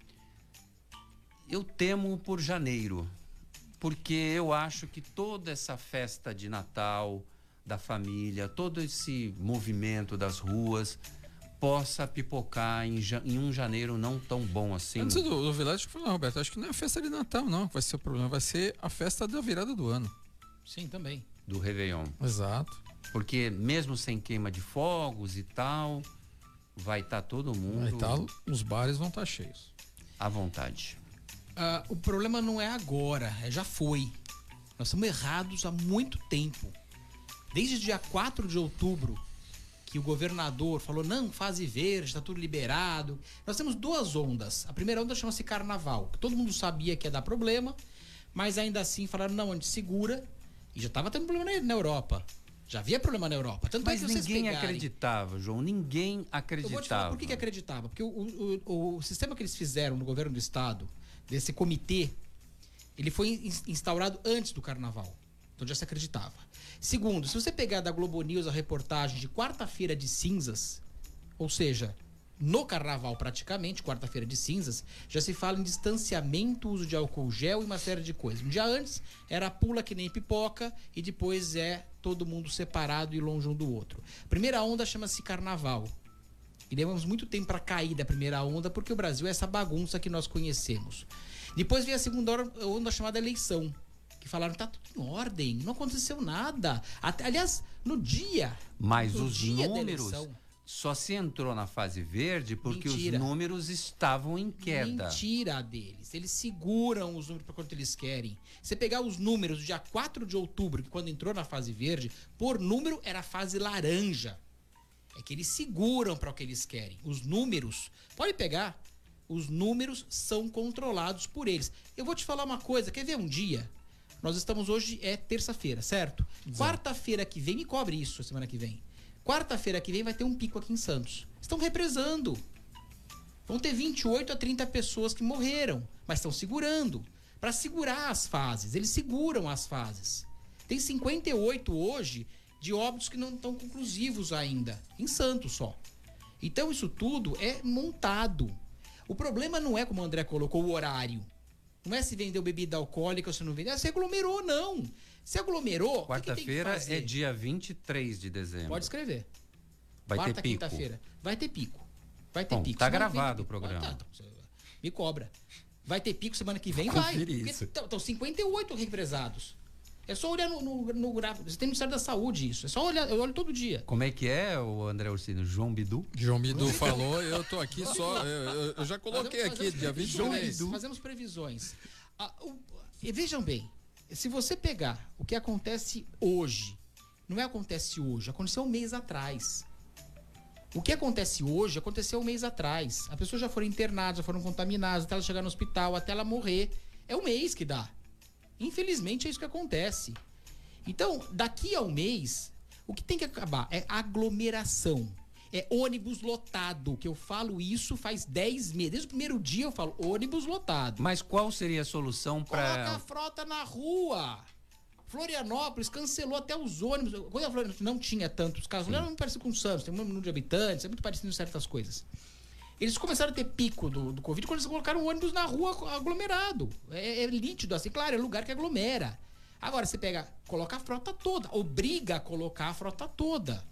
Eu temo por janeiro, porque eu acho que toda essa festa de Natal, da família, todo esse movimento das ruas possa pipocar em um janeiro não tão bom assim. Antes do Village, que eu falei, Roberto, acho que não é a festa de Natal não que vai ser o problema, vai ser a festa da virada do ano. Sim, também. Do Réveillon. Exato. Porque mesmo sem queima de fogos e tal, vai estar todo mundo... Os bares vão estar cheios. À vontade. O problema não é agora, já foi. Nós estamos errados há muito tempo. Desde o dia 4 de outubro, que o governador falou, não, fase verde, está tudo liberado. Nós temos duas ondas. A primeira onda chama-se carnaval, que todo mundo sabia que ia dar problema, mas ainda assim falaram, não, a gente segura. E já estava tendo problema na Europa. Já havia problema na Europa. Tanto mas é que ninguém acreditava, João, ninguém acreditava. Eu vou te falar por que acreditava. Porque o sistema que eles fizeram no governo do estado, desse comitê, ele foi instaurado antes do carnaval. Então já se acreditava. Segundo, se você pegar da Globo News a reportagem de quarta-feira de cinzas, ou seja, no carnaval praticamente, quarta-feira de cinzas, já se fala em distanciamento, uso de álcool gel e uma série de coisas. Um dia antes era pula que nem pipoca e depois é todo mundo separado e longe um do outro. Primeira onda chama-se carnaval. E levamos muito tempo para cair da primeira onda porque o Brasil é essa bagunça que nós conhecemos. Depois veio a segunda onda chamada eleição, que falaram, tá tudo em ordem, não aconteceu nada. Aliás, no dia... Mas os números... Só se entrou na fase verde porque Mentira. Os números estavam em queda. Mentira deles. Eles seguram os números para quanto eles querem. Você pegar os números do dia 4 de outubro, que quando entrou na fase verde, por número era a fase laranja. É que eles seguram para o que eles querem. Os números, pode pegar, os números são controlados por eles. Eu vou te falar uma coisa, quer ver um dia? Nós estamos hoje, é terça-feira, certo? Quarta-feira que vem, me cobre isso, semana que vem. Quarta-feira que vem vai ter um pico aqui em Santos. Estão represando. Vão ter 28 a 30 pessoas que morreram, mas estão segurando. Para segurar as fases. Eles seguram as fases. Tem 58 hoje de óbitos que não estão conclusivos ainda. Em Santos só. Então isso tudo é montado. O problema não é, como o André colocou, o horário. Não é se vendeu bebida alcoólica ou se não vendeu. Se aglomerou, não. Se aglomerou, quarta-feira é dia 23 de dezembro. Pode escrever. Vai Quarta, ter pico. Quinta-feira. Vai ter pico. Vai ter Bom, pico. Tá Semana gravado o programa. Me cobra. Vai ter pico semana que vem? Vou vai. conferir isso. Estão 58 represados. É só olhar no gráfico. Você tem o Ministério da Saúde isso. É só olhar. Eu olho todo dia. Como é que é, o André Ursino? João Bidu? João Bidu falou, eu tô aqui só. Eu já coloquei aqui, dia 23. Fazemos previsões. E vejam bem. Se você pegar o que acontece hoje, não é acontece hoje, aconteceu um mês atrás. O que acontece hoje, aconteceu um mês atrás. A pessoa já foram internada, já foram contaminadas, até ela chegar no hospital, até ela morrer. É um mês que dá. Infelizmente é isso que acontece. Então, daqui a um mês, o que tem que acabar é aglomeração. É ônibus lotado, que eu falo isso faz 10 meses. Desde o primeiro dia eu falo ônibus lotado. Mas qual seria a solução para... Coloca a frota na rua. Florianópolis cancelou até os ônibus. Quando a Florianópolis não tinha tantos casos, não é parecido com o Santos, tem um número de habitantes, é muito parecido em certas coisas. Eles começaram a ter pico do Covid quando eles colocaram o ônibus na rua aglomerado. É lítido, assim, claro, é lugar que aglomera. Agora você coloca a frota toda, obriga a colocar a frota toda.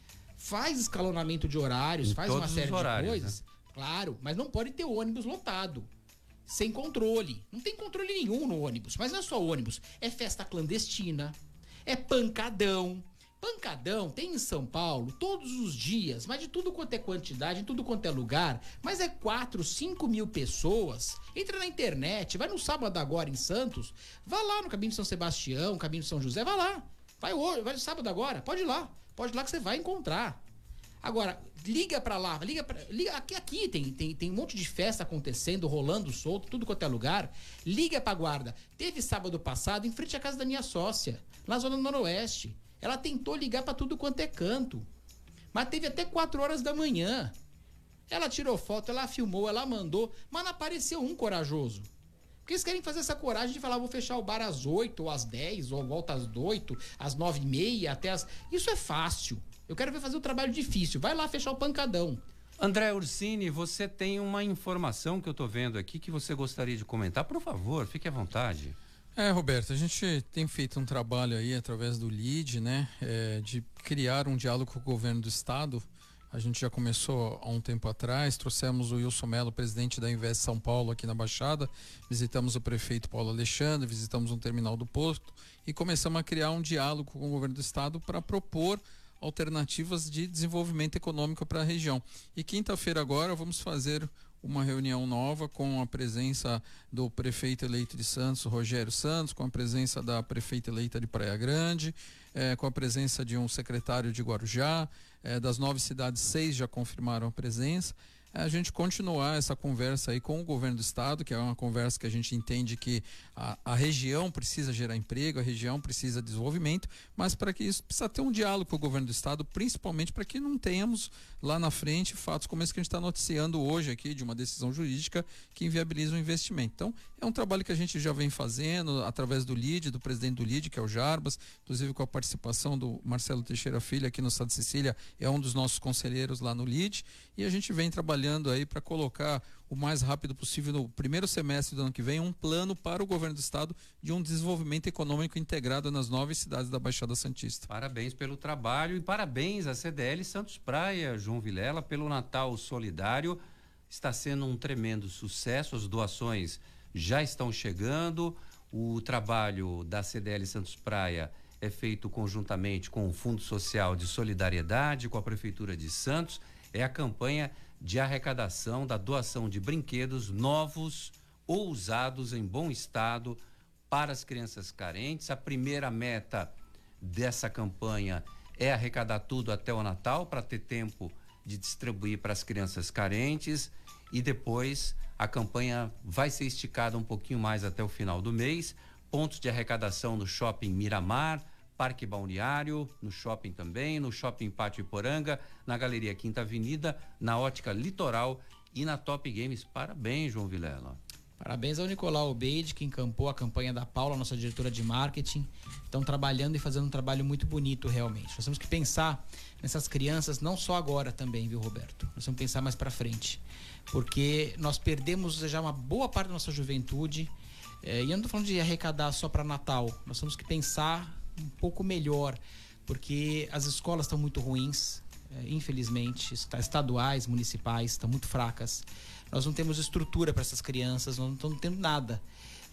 Faz escalonamento de horários, faz uma série de coisas. Né? Claro, mas não pode ter ônibus lotado. Sem controle. Não tem controle nenhum no ônibus. Mas não é só ônibus. É festa clandestina. É pancadão. Pancadão tem em São Paulo todos os dias. Mas de tudo quanto é quantidade, em tudo quanto é lugar. Mas é 4, 5 mil pessoas. Entra na internet. Vai no sábado agora em Santos. Vai lá no Caminho de São Sebastião, Caminho de São José. Vai lá. Vai hoje, vai no sábado agora. Pode ir lá. Pode ir lá que você vai encontrar. Agora, liga pra lá, liga aqui tem um monte de festa acontecendo, rolando solto, tudo quanto é lugar. Liga pra guarda. Teve sábado passado em frente à casa da minha sócia, na zona noroeste. Ela tentou ligar pra tudo quanto é canto, mas teve até 4 horas da manhã. Ela tirou foto, ela filmou, ela mandou, mas não apareceu um corajoso. Porque eles querem fazer essa coragem de falar, vou fechar o bar às 8, ou às 10, ou volta às 8, às 9h30, até às... Isso é fácil. Eu quero ver fazer o trabalho difícil. Vai lá fechar o pancadão. André Ursini, você tem uma informação que eu tô vendo aqui que você gostaria de comentar. Por favor, fique à vontade. Roberto, a gente tem feito um trabalho aí através do LID, né? De criar um diálogo com o governo do estado. A gente já começou há um tempo atrás, trouxemos o Wilson Mello, presidente da Invest São Paulo aqui na Baixada, visitamos o prefeito Paulo Alexandre, visitamos um terminal do posto e começamos a criar um diálogo com o governo do estado para propor alternativas de desenvolvimento econômico para a região. E quinta-feira agora vamos fazer uma reunião nova com a presença do prefeito eleito de Santos, Rogério Santos, com a presença da prefeita eleita de Praia Grande, com a presença de um secretário de Guarujá, das 9 cidades, 6 já confirmaram a presença. A gente continuar essa conversa aí com o governo do estado, que é uma conversa que a gente entende que a região precisa gerar emprego, a região precisa de desenvolvimento, mas para que isso precisa ter um diálogo com o governo do estado, principalmente para que não tenhamos lá na frente fatos como esse que a gente está noticiando hoje aqui, de uma decisão jurídica que inviabiliza o investimento. Então, é um trabalho que a gente já vem fazendo através do LID, do presidente do LID, que é o Jarbas, inclusive com a participação do Marcelo Teixeira Filho aqui no estado de Sicília, é um dos nossos conselheiros lá no LID, e a gente vem trabalhando aí para colocar o mais rápido possível no primeiro semestre do ano que vem um plano para o governo do estado de um desenvolvimento econômico integrado nas 9 cidades da Baixada Santista. Parabéns pelo trabalho e parabéns à CDL Santos Praia, João Vilela, pelo Natal Solidário. Está sendo um tremendo sucesso, as doações já estão chegando, o trabalho da CDL Santos Praia é feito conjuntamente com o Fundo Social de Solidariedade, com a Prefeitura de Santos, é a campanha de arrecadação da doação de brinquedos novos ou usados em bom estado para as crianças carentes. A primeira meta dessa campanha é arrecadar tudo até o Natal para ter tempo de distribuir para as crianças carentes, e depois a campanha vai ser esticada um pouquinho mais até o final do mês. Pontos de arrecadação no Shopping Miramar, Parque Balneário, no shopping também, no Shopping Pátio Iporanga, na Galeria Quinta Avenida, na Ótica Litoral e na Top Games. Parabéns, João Vilela. Parabéns ao Nicolau Obeide, que encampou a campanha da Paula, nossa diretora de marketing. Estão trabalhando e fazendo um trabalho muito bonito, realmente. Nós temos que pensar nessas crianças, não só agora também, viu, Roberto? Nós temos que pensar mais para frente. Porque nós perdemos já uma boa parte da nossa juventude. E eu não estou falando de arrecadar só para Natal. Nós temos que pensar um pouco melhor, porque as escolas estão muito ruins, infelizmente, estaduais, municipais, estão muito fracas. Nós não temos estrutura para essas crianças, nós não estamos tendo nada.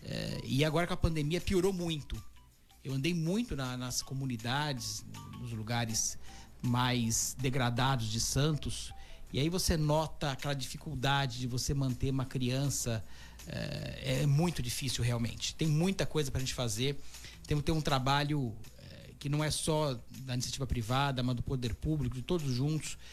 E agora com a pandemia piorou muito. Eu andei muito nas comunidades, nos lugares mais degradados de Santos, e aí você nota aquela dificuldade de você manter uma criança. É muito difícil realmente. Tem muita coisa para a gente fazer. Temos que ter um trabalho que não é só da iniciativa privada, mas do poder público, de todos juntos,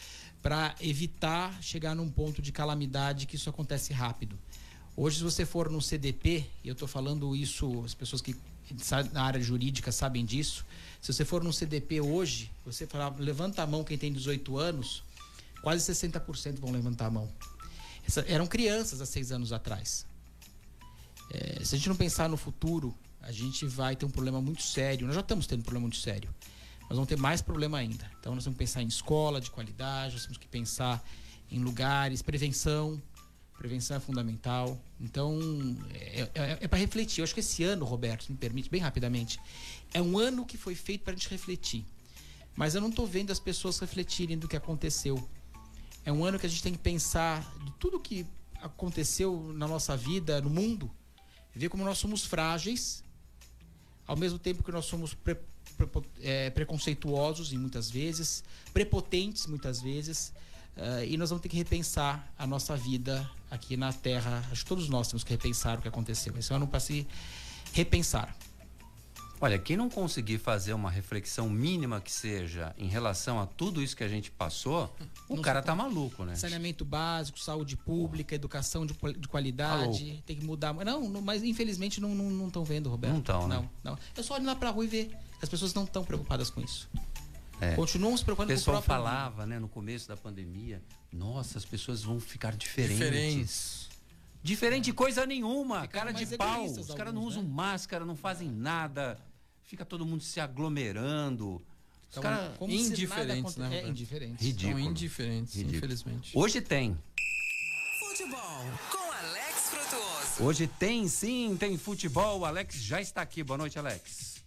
para evitar chegar num ponto de calamidade que isso acontece rápido. Hoje, se você for no CDP, e eu estou falando isso, as pessoas que na área jurídica sabem disso, se você for no CDP hoje, você falar, levanta a mão quem tem 18 anos, quase 60% vão levantar a mão. Eram crianças há 6 anos atrás. Se a gente não pensar no futuro, a gente vai ter um problema muito sério. Nós já estamos tendo um problema muito sério. Nós vamos ter mais problema ainda. Então, nós temos que pensar em escola de qualidade, nós temos que pensar em lugares, prevenção. Prevenção é fundamental. Então, é para refletir. Eu acho que esse ano, Roberto, se me permite, bem rapidamente, é um ano que foi feito para a gente refletir. Mas eu não estou vendo as pessoas refletirem do que aconteceu. É um ano que a gente tem que pensar de tudo que aconteceu na nossa vida, no mundo, ver como nós somos frágeis, ao mesmo tempo que nós somos preconceituosos em muitas vezes, prepotentes muitas vezes, e nós vamos ter que repensar a nossa vida aqui na Terra. Acho que todos nós temos que repensar o que aconteceu. Esse ano para se repensar. Olha, quem não conseguir fazer uma reflexão mínima que seja em relação a tudo isso que a gente passou, o cara tá maluco, né? Saneamento básico, saúde pública, educação de qualidade, tem que mudar. Não, mas infelizmente não estão vendo, Roberto. Não estão, né? Não. É só olhar lá pra rua e ver. As pessoas não estão preocupadas com isso. Continuam se preocupando com o próprio. O pessoal falava, né, no começo da pandemia, nossa, as pessoas vão ficar diferentes. Diferente de coisa nenhuma, cara de pau. Os caras não usam máscara, não fazem nada. Fica todo mundo se aglomerando. Os caras indiferentes, né? Indiferentes. Ridículo. São indiferentes, infelizmente. Hoje tem. Futebol com Alex Frutuoso. Hoje tem, sim, tem futebol. O Alex já está aqui. Boa noite, Alex.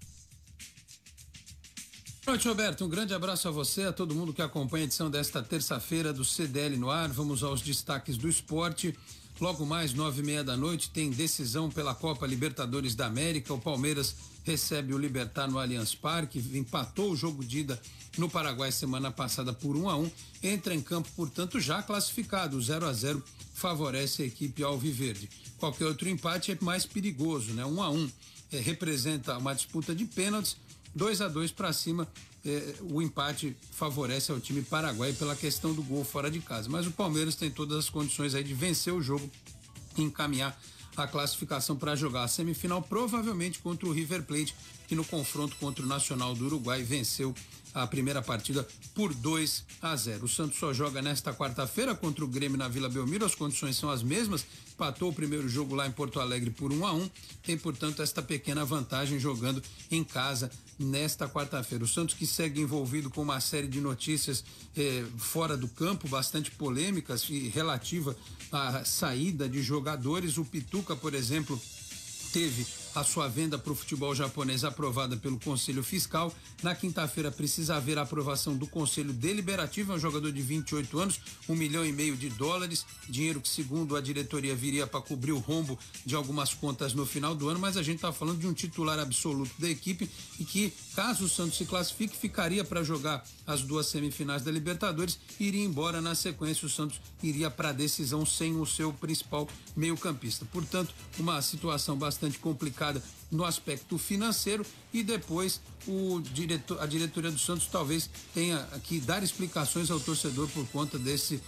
Boa noite, Roberto. Um grande abraço a você, a todo mundo que acompanha a edição desta terça-feira do CDL no ar. Vamos aos destaques do esporte. Logo mais, 9h30 da noite, tem decisão pela Copa Libertadores da América. O Palmeiras recebe o Libertad no Allianz Parque, empatou o jogo de ida no Paraguai semana passada por 1-1. Entra em campo, portanto, já classificado. O 0-0 favorece a equipe alviverde. Qualquer outro empate é mais perigoso, né? 1-1 representa uma disputa de pênaltis. 2-2 para cima, o empate favorece ao time paraguaio pela questão do gol fora de casa. Mas o Palmeiras tem todas as condições aí de vencer o jogo e encaminhar a classificação para jogar a semifinal, provavelmente contra o River Plate, que no confronto contra o Nacional do Uruguai venceu a primeira partida por 2-0. O Santos só joga nesta quarta-feira contra o Grêmio na Vila Belmiro, as condições são as mesmas, empatou o primeiro jogo lá em Porto Alegre por 1-1, tem, portanto, esta pequena vantagem jogando em casa nesta quarta-feira. O Santos que segue envolvido com uma série de notícias fora do campo, bastante polêmicas e relativa à saída de jogadores. O Pituca, por exemplo, teve a sua venda para o futebol japonês aprovada pelo Conselho Fiscal. Na quinta-feira precisa haver a aprovação do Conselho Deliberativo. É um jogador de 28 anos, $1,5 milhão, dinheiro que, segundo a diretoria, viria para cobrir o rombo de algumas contas no final do ano, mas a gente está falando de um titular absoluto da equipe e que, caso o Santos se classifique, ficaria para jogar as 2 semifinais da Libertadores, iria embora na sequência, o Santos iria para a decisão sem o seu principal meio-campista. Portanto, uma situação bastante complicada no aspecto financeiro, e depois a diretoria do Santos talvez tenha que dar explicações ao torcedor por conta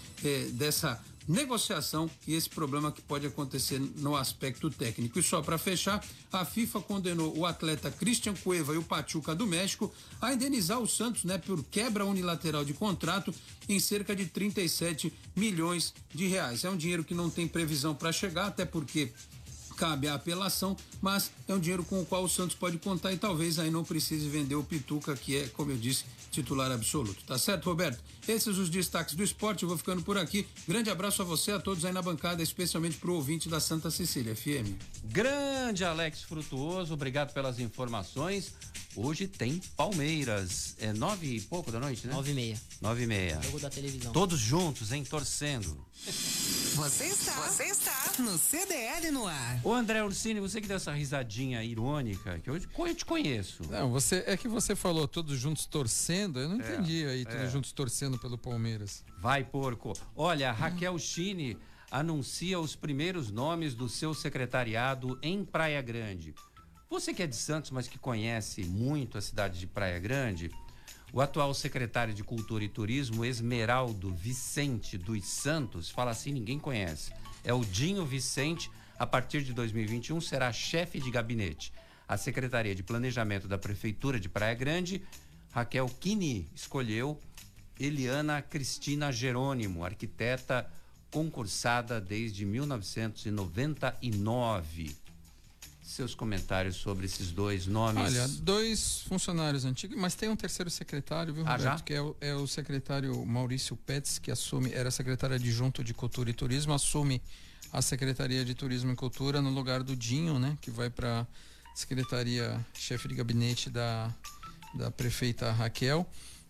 dessa negociação e esse problema que pode acontecer no aspecto técnico. E só para fechar, a FIFA condenou o atleta Christian Cueva e o Pachuca do México a indenizar o Santos, né, por quebra unilateral de contrato em cerca de R$37 milhões. É um dinheiro que não tem previsão para chegar, até porque cabe a apelação, mas é um dinheiro com o qual o Santos pode contar e talvez aí não precise vender o Pituca, que é, como eu disse, titular absoluto. Tá certo, Roberto? Esses os destaques do esporte, eu vou ficando por aqui. Grande abraço a você, a todos aí na bancada, especialmente pro ouvinte da Santa Cecília FM. Grande Alex Frutuoso, obrigado pelas informações. Hoje tem Palmeiras, 9 e pouco da noite, né? 9h30. 9h30. Jogo da televisão. Todos juntos, hein? Torcendo. Você está no CDL no ar. Ô André Ursini, você que deu essa risadinha irônica, que eu te conheço. Não, você falou todos juntos torcendo, eu não entendi aí, todos juntos torcendo pelo Palmeiras. Vai, porco. Olha, Raquel Chini anuncia os primeiros nomes do seu secretariado em Praia Grande. Você que é de Santos, mas que conhece muito a cidade de Praia Grande, O atual secretário de Cultura e Turismo, Esmeraldo Vicente dos Santos, fala assim, ninguém conhece. É o Dinho Vicente, a partir de 2021 será chefe de gabinete. A Secretaria de Planejamento da Prefeitura de Praia Grande, Raquel Kini, escolheu Eliana Cristina Jerônimo, arquiteta concursada desde 1999. Seus comentários sobre esses dois nomes? Olha, 2 funcionários antigos, mas tem um terceiro secretário, viu, Roberto? Já? Que é o secretário Maurício Petz, que era secretário adjunto de Cultura e Turismo, assume a Secretaria de Turismo e Cultura no lugar do Dinho, né? Que vai para Secretaria Chefe de Gabinete da prefeita Raquel.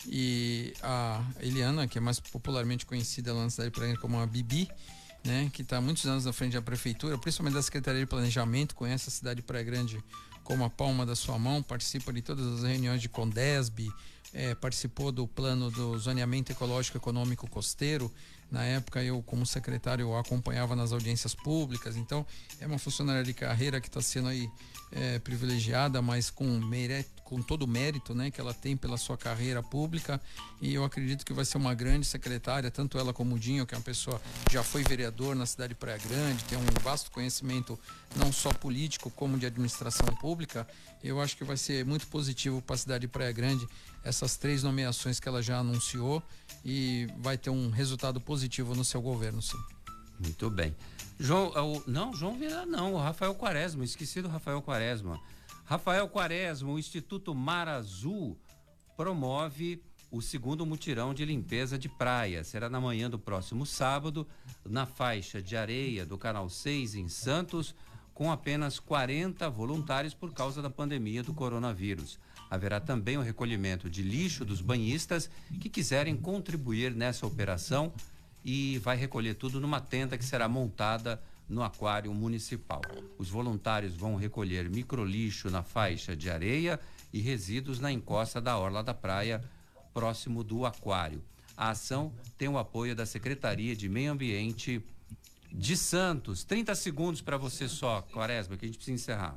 E a Eliana, que é mais popularmente conhecida lá na cidade de Praia como a Bibi, né, que está há muitos anos na frente da prefeitura, principalmente da Secretaria de Planejamento, conhece a cidade de Praia Grande como a palma da sua mão, participa de todas as reuniões de Condesb, participou do plano do zoneamento ecológico econômico costeiro. Na época eu, como secretário, eu acompanhava nas audiências públicas. Então é uma funcionária de carreira que está sendo aí privilegiada, mas com todo o mérito, né, que ela tem pela sua carreira pública, e eu acredito que vai ser uma grande secretária, tanto ela como o Dinho, que é uma pessoa que já foi vereador na cidade de Praia Grande, tem um vasto conhecimento não só político como de administração pública. Eu acho que vai ser muito positivo para a cidade de Praia Grande essas 3 nomeações que ela já anunciou, e vai ter um resultado positivo no seu governo, sim. Muito bem. João Vieira não, o Rafael Quaresma, esqueci do Rafael Quaresma. Rafael Quaresma, o Instituto Mar Azul promove o 2º mutirão de limpeza de praia. Será na manhã do próximo sábado, na faixa de areia do Canal 6, em Santos, com apenas 40 voluntários por causa da pandemia do coronavírus. Haverá também o recolhimento de lixo dos banhistas que quiserem contribuir nessa operação, e vai recolher tudo numa tenda que será montada no aquário municipal. Os voluntários vão recolher microlixo na faixa de areia e resíduos na encosta da orla da praia, próximo do aquário. A ação tem o apoio da Secretaria de Meio Ambiente de Santos. 30 segundos para você só, Quaresma, que a gente precisa encerrar.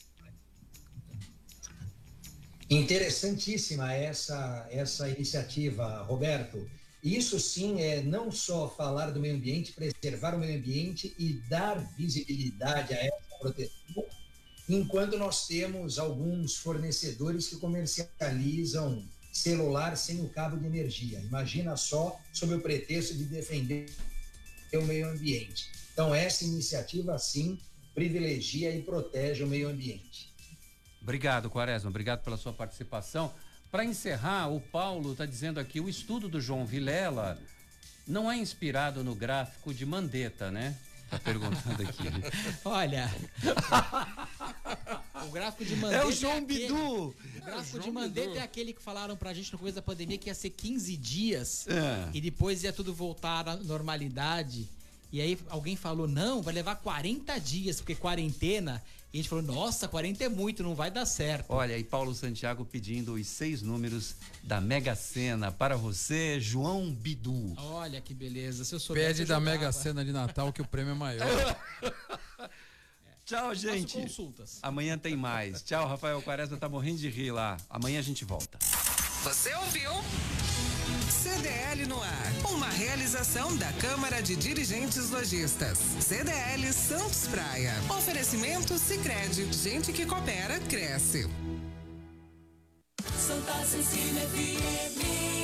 Interessantíssima essa iniciativa, Roberto. Isso sim é não só falar do meio ambiente, preservar o meio ambiente e dar visibilidade a essa proteção, enquanto nós temos alguns fornecedores que comercializam celular sem o cabo de energia. Imagina só, sob o pretexto de defender o meio ambiente. Então, essa iniciativa, sim, privilegia e protege o meio ambiente. Obrigado, Quaresma. Obrigado pela sua participação. Para encerrar, o Paulo está dizendo aqui, o estudo do João Vilela não é inspirado no gráfico de Mandetta, né? Tá perguntando aqui. Olha, o gráfico de Mandetta é o João Bidu. O gráfico de Mandetta é aquele que falaram pra gente no começo da pandemia que ia ser 15 dias e depois ia tudo voltar à normalidade. E aí alguém falou, não, vai levar 40 dias, porque quarentena. E a gente falou, nossa, 40 é muito, não vai dar certo. Olha, e Paulo Santiago pedindo os 6 números da Mega Sena para você, João Bidu. Olha que beleza. Se eu soubesse, pede da Mega Sena de Natal que o prêmio é maior. Tchau, gente. Faço consultas. Amanhã tem mais. Tchau, Rafael Quaresma tá morrendo de rir lá. Amanhã a gente volta. Você ouviu? CDL no ar. Uma realização da Câmara de Dirigentes Lojistas. CDL Santos Praia. Oferecimento Sicredi. Gente que coopera, cresce. Santa Cecília FM.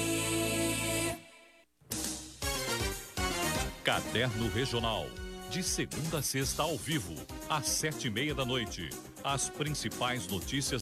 Caderno Regional. De segunda a sexta ao vivo, às 7:30 da noite. As principais notícias